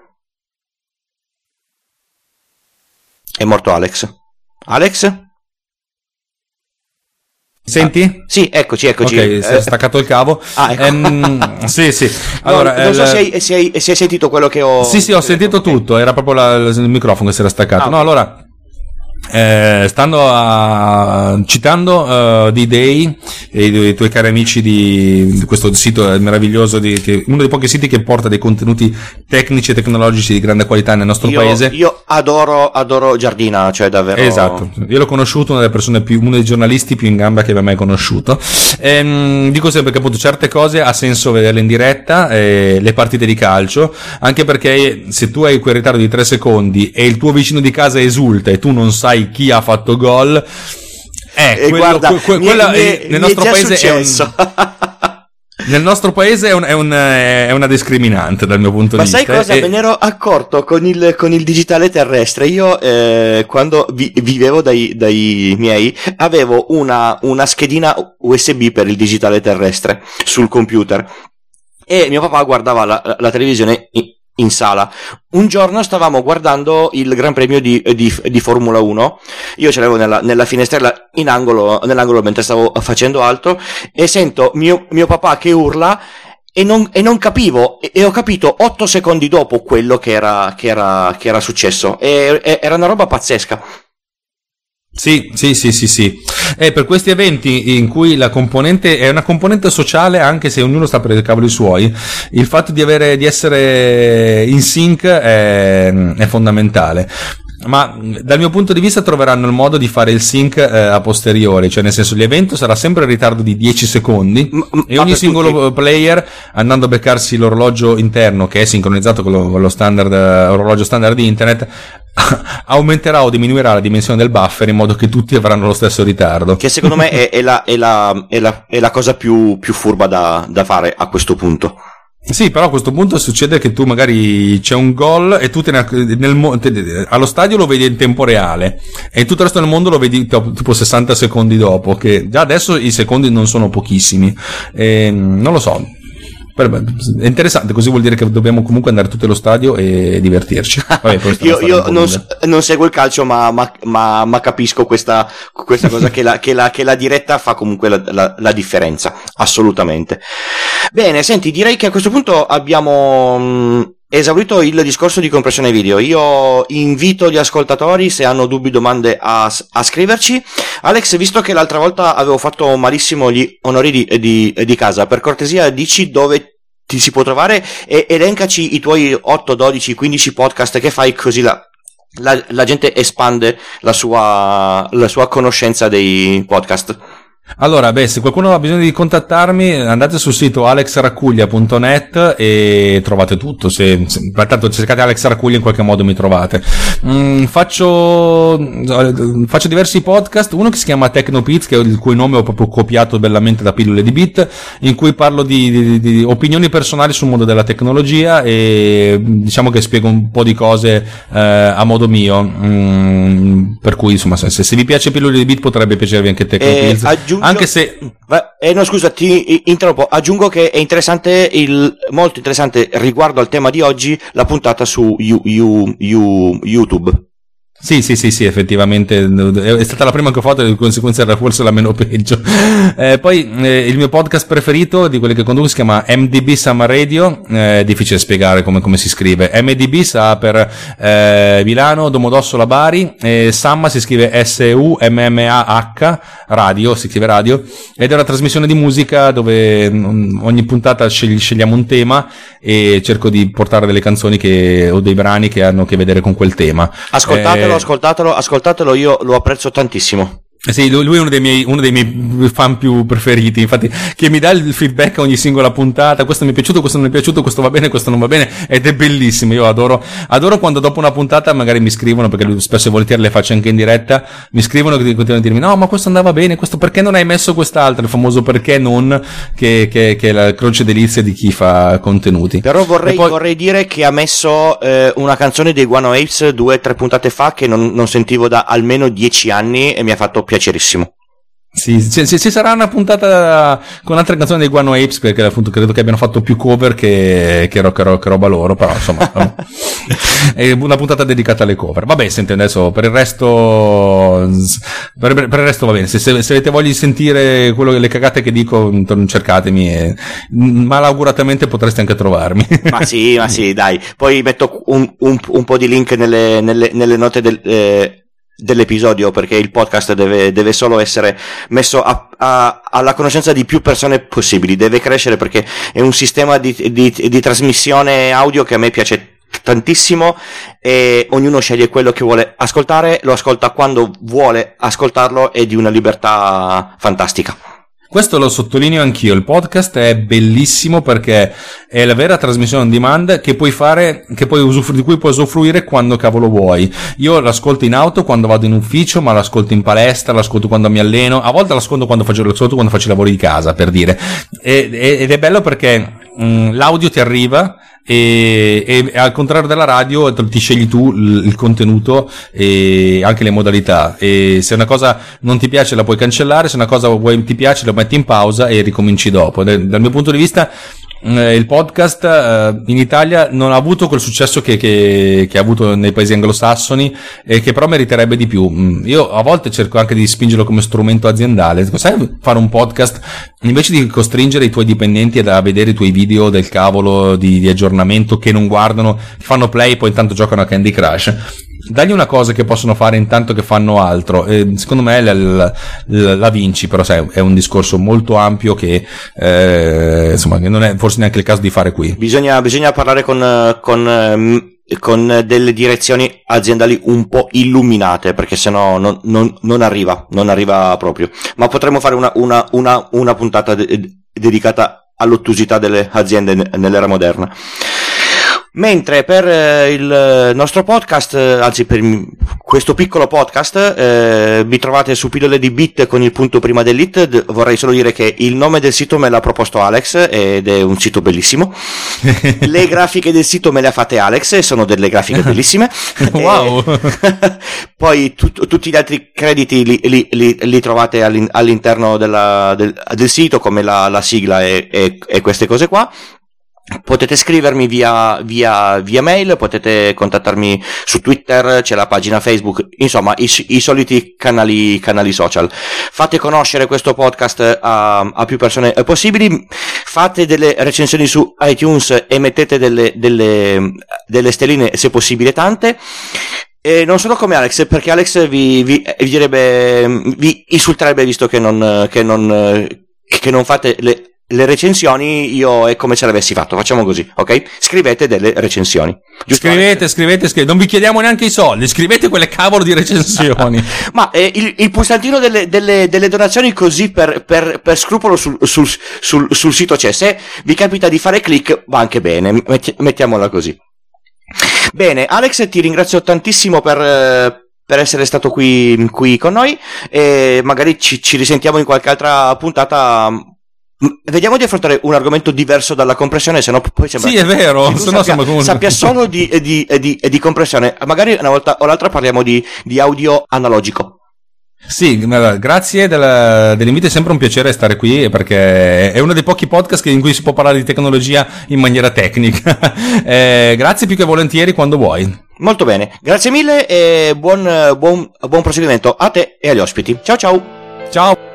È morto Alex? Senti? Sì, eccoci. Ok, si è staccato il cavo. Ecco. Sì. Allora, non so se hai sentito quello che ho... Sì, ho sentito tutto, era proprio il microfono che si era staccato. No, allora... citando D-Day e i tuoi cari amici di questo sito meraviglioso, uno dei pochi siti che porta dei contenuti tecnici e tecnologici di grande qualità nel nostro paese. Io adoro Giardina, cioè davvero. Esatto, io l'ho conosciuto, uno dei giornalisti più in gamba che abbia mai conosciuto. Dico sempre che appunto certe cose ha senso vederle in diretta, le partite di calcio, anche perché se tu hai quel ritardo di 3 secondi e il tuo vicino di casa esulta e tu non sai chi ha fatto gol, nel nostro paese nel nostro paese è una discriminante dal mio punto di vista. Ma sai cosa? Me ne ero accorto con il digitale terrestre. Io quando vivevo dai miei avevo una schedina USB per il digitale terrestre sul computer e mio papà guardava la televisione in sala. Un giorno stavamo guardando il Gran Premio di Formula 1. Io ce l'avevo nella finestrella nell'angolo mentre stavo facendo altro e sento mio papà che urla e non capivo, e ho capito 8 secondi dopo quello che era successo, e era una roba pazzesca. Sì. Per questi eventi in cui la componente è una componente sociale, anche se ognuno sta per i cavoli suoi, il fatto di essere in sync è fondamentale. Ma dal mio punto di vista troveranno il modo di fare il sync a posteriori, cioè nel senso l'evento sarà sempre in ritardo di 10 secondi e ogni singolo player, andando a beccarsi l'orologio interno che è sincronizzato con lo standard orologio standard di internet, aumenterà o diminuirà la dimensione del buffer in modo che tutti avranno lo stesso ritardo, che secondo me è la cosa più furba da fare a questo punto. Sì, però a questo punto succede che tu magari c'è un gol e tu allo stadio lo vedi in tempo reale e tutto il resto del mondo lo vedi tipo 60 secondi dopo, che già adesso i secondi non sono pochissimi, non lo so. È interessante, così vuol dire che dobbiamo comunque andare tutti allo stadio e divertirci. Vabbè, io non seguo il calcio, ma capisco questa cosa che la diretta fa comunque la differenza, assolutamente. Bene, senti, direi che a questo punto abbiamo esaurito il discorso di compressione video. Io invito gli ascoltatori, se hanno dubbi, domande, a scriverci. Alex, visto che l'altra volta avevo fatto malissimo gli onori di casa, per cortesia dici dove ti si può trovare e elencaci i tuoi 8, 12, 15 podcast che fai, così la gente espande la sua conoscenza dei podcast. Allora, se qualcuno ha bisogno di contattarmi, andate sul sito alexraccuglia.net e trovate tutto. Tanto cercate Alex Raccuglia, in qualche modo mi trovate. Faccio diversi podcast, uno che si chiama Tecnopits, il cui nome ho proprio copiato bellamente da Pillole di Bit, in cui parlo di opinioni personali sul mondo della tecnologia e diciamo che spiego un po' di cose a modo mio, per cui insomma se vi piace Pillole di Bit potrebbe piacervi anche Tecnopits. Anche se no, scusa, ti interrompo. Aggiungo che è interessante, molto interessante riguardo al tema di oggi, la puntata su YouTube. Sì, effettivamente è stata la prima che ho fatto e di conseguenza era forse la meno peggio. Poi il mio podcast preferito di quelli che conduco si chiama MDB Summer Radio, è difficile spiegare come si scrive. MDB sta per Milano, Domodossola, Bari, Samma si scrive SUMMAH, radio, si scrive radio, ed è una trasmissione di musica dove ogni puntata scegliamo un tema e cerco di portare delle canzoni o dei brani che hanno a che vedere con quel tema. Ascoltatelo, io lo apprezzo tantissimo. Sì, lui è uno dei miei fan più preferiti, infatti, che mi dà il feedback a ogni singola puntata. Questo mi è piaciuto, questo non mi è piaciuto, questo va bene, questo non va bene, ed è bellissimo. Io adoro quando dopo una puntata magari mi scrivono, perché lui spesso e volentieri le faccio anche in diretta, mi scrivono che continuano a dirmi no, ma questo andava bene, questo perché non hai messo quest'altro, il famoso perché non, che è la croce delizia di chi fa contenuti. Però vorrei dire che ha messo una canzone dei Guano Apes 2 o 3 puntate fa che non sentivo da almeno 10 anni e mi ha fatto piacerissimo. Sì, ci sarà una puntata con altre canzoni dei Guano Apes, perché appunto credo che abbiano fatto più cover che roba loro, però insomma è una puntata dedicata alle cover. Vabbè, senti, adesso per il resto va bene. Se avete voglia di sentire le cagate che dico, cercatemi e malauguratamente potreste anche trovarmi. Ma sì, dai. Poi metto un po' di link nelle note dell'episodio, perché il podcast deve solo essere messo alla conoscenza di più persone possibili, deve crescere, perché è un sistema di trasmissione audio che a me piace tantissimo e ognuno sceglie quello che vuole ascoltare, lo ascolta quando vuole ascoltarlo, è di una libertà fantastica. Questo lo sottolineo anch'io, il podcast è bellissimo perché è la vera trasmissione on demand che puoi fare, di cui puoi usufruire quando cavolo vuoi. Io l'ascolto in auto quando vado in ufficio, ma l'ascolto in palestra, l'ascolto quando mi alleno, a volte l'ascolto quando faccio i lavori di casa, per dire. Ed è bello perché l'audio ti arriva e al contrario della radio ti scegli tu il contenuto e anche le modalità, e se una cosa non ti piace la puoi cancellare, se una cosa ti piace la metti in pausa e ricominci dopo. Dal mio punto di vista il podcast in Italia non ha avuto quel successo che ha avuto nei paesi anglosassoni e che però meriterebbe di più. Io a volte cerco anche di spingerlo come strumento aziendale. Sai fare un podcast invece di costringere i tuoi dipendenti a vedere i tuoi video del cavolo di aggiornamento che non guardano, fanno play e poi intanto giocano a Candy Crush. Dagli una cosa che possono fare intanto che fanno altro, secondo me la vinci, però sai, è un discorso molto ampio che insomma che non è forse neanche il caso di fare qui. Bisogna parlare con delle direzioni aziendali un po' illuminate, perché sennò non arriva proprio. Ma potremmo fare una puntata dedicata all'ottusità delle aziende nell'era moderna. Mentre per il nostro podcast, anzi per questo piccolo podcast, vi trovate su Pillole di Bit con il punto prima dell'it. Vorrei solo dire che il nome del sito me l'ha proposto Alex ed è un sito bellissimo. Le grafiche del sito me le ha fatte Alex e sono delle grafiche bellissime. Wow! Poi tutti gli altri crediti li trovate all'interno del sito, come la sigla e queste cose qua. Potete scrivermi via mail, potete contattarmi su Twitter, c'è la pagina Facebook, insomma i soliti canali social. Fate conoscere questo podcast a più persone possibili, fate delle recensioni su iTunes e mettete delle stelline, se possibile tante. E non solo come Alex, perché Alex vi insulterebbe, visto che non fate le recensioni. Io è come se l'avessi fatto. Facciamo così, ok? Scrivete delle recensioni. Giusto? Scrivete. Non vi chiediamo neanche i soldi. Scrivete quelle cavolo di recensioni. Ma il pulsantino delle donazioni, così per scrupolo sul sito c'è. Se vi capita di fare click, va anche bene. Mettiamola così. Bene, Alex, ti ringrazio tantissimo per essere stato qui con noi, e magari ci risentiamo in qualche altra puntata. Vediamo di affrontare un argomento diverso dalla compressione, se no poi sembra. Sì, è vero, se no sappia solo di compressione. Magari una volta o l'altra parliamo di audio analogico. Sì, grazie dell'invito, è sempre un piacere stare qui, perché è uno dei pochi podcast in cui si può parlare di tecnologia in maniera tecnica. Grazie più che volentieri, quando vuoi. Molto bene, grazie mille e buon proseguimento a te e agli ospiti. Ciao ciao. Ciao.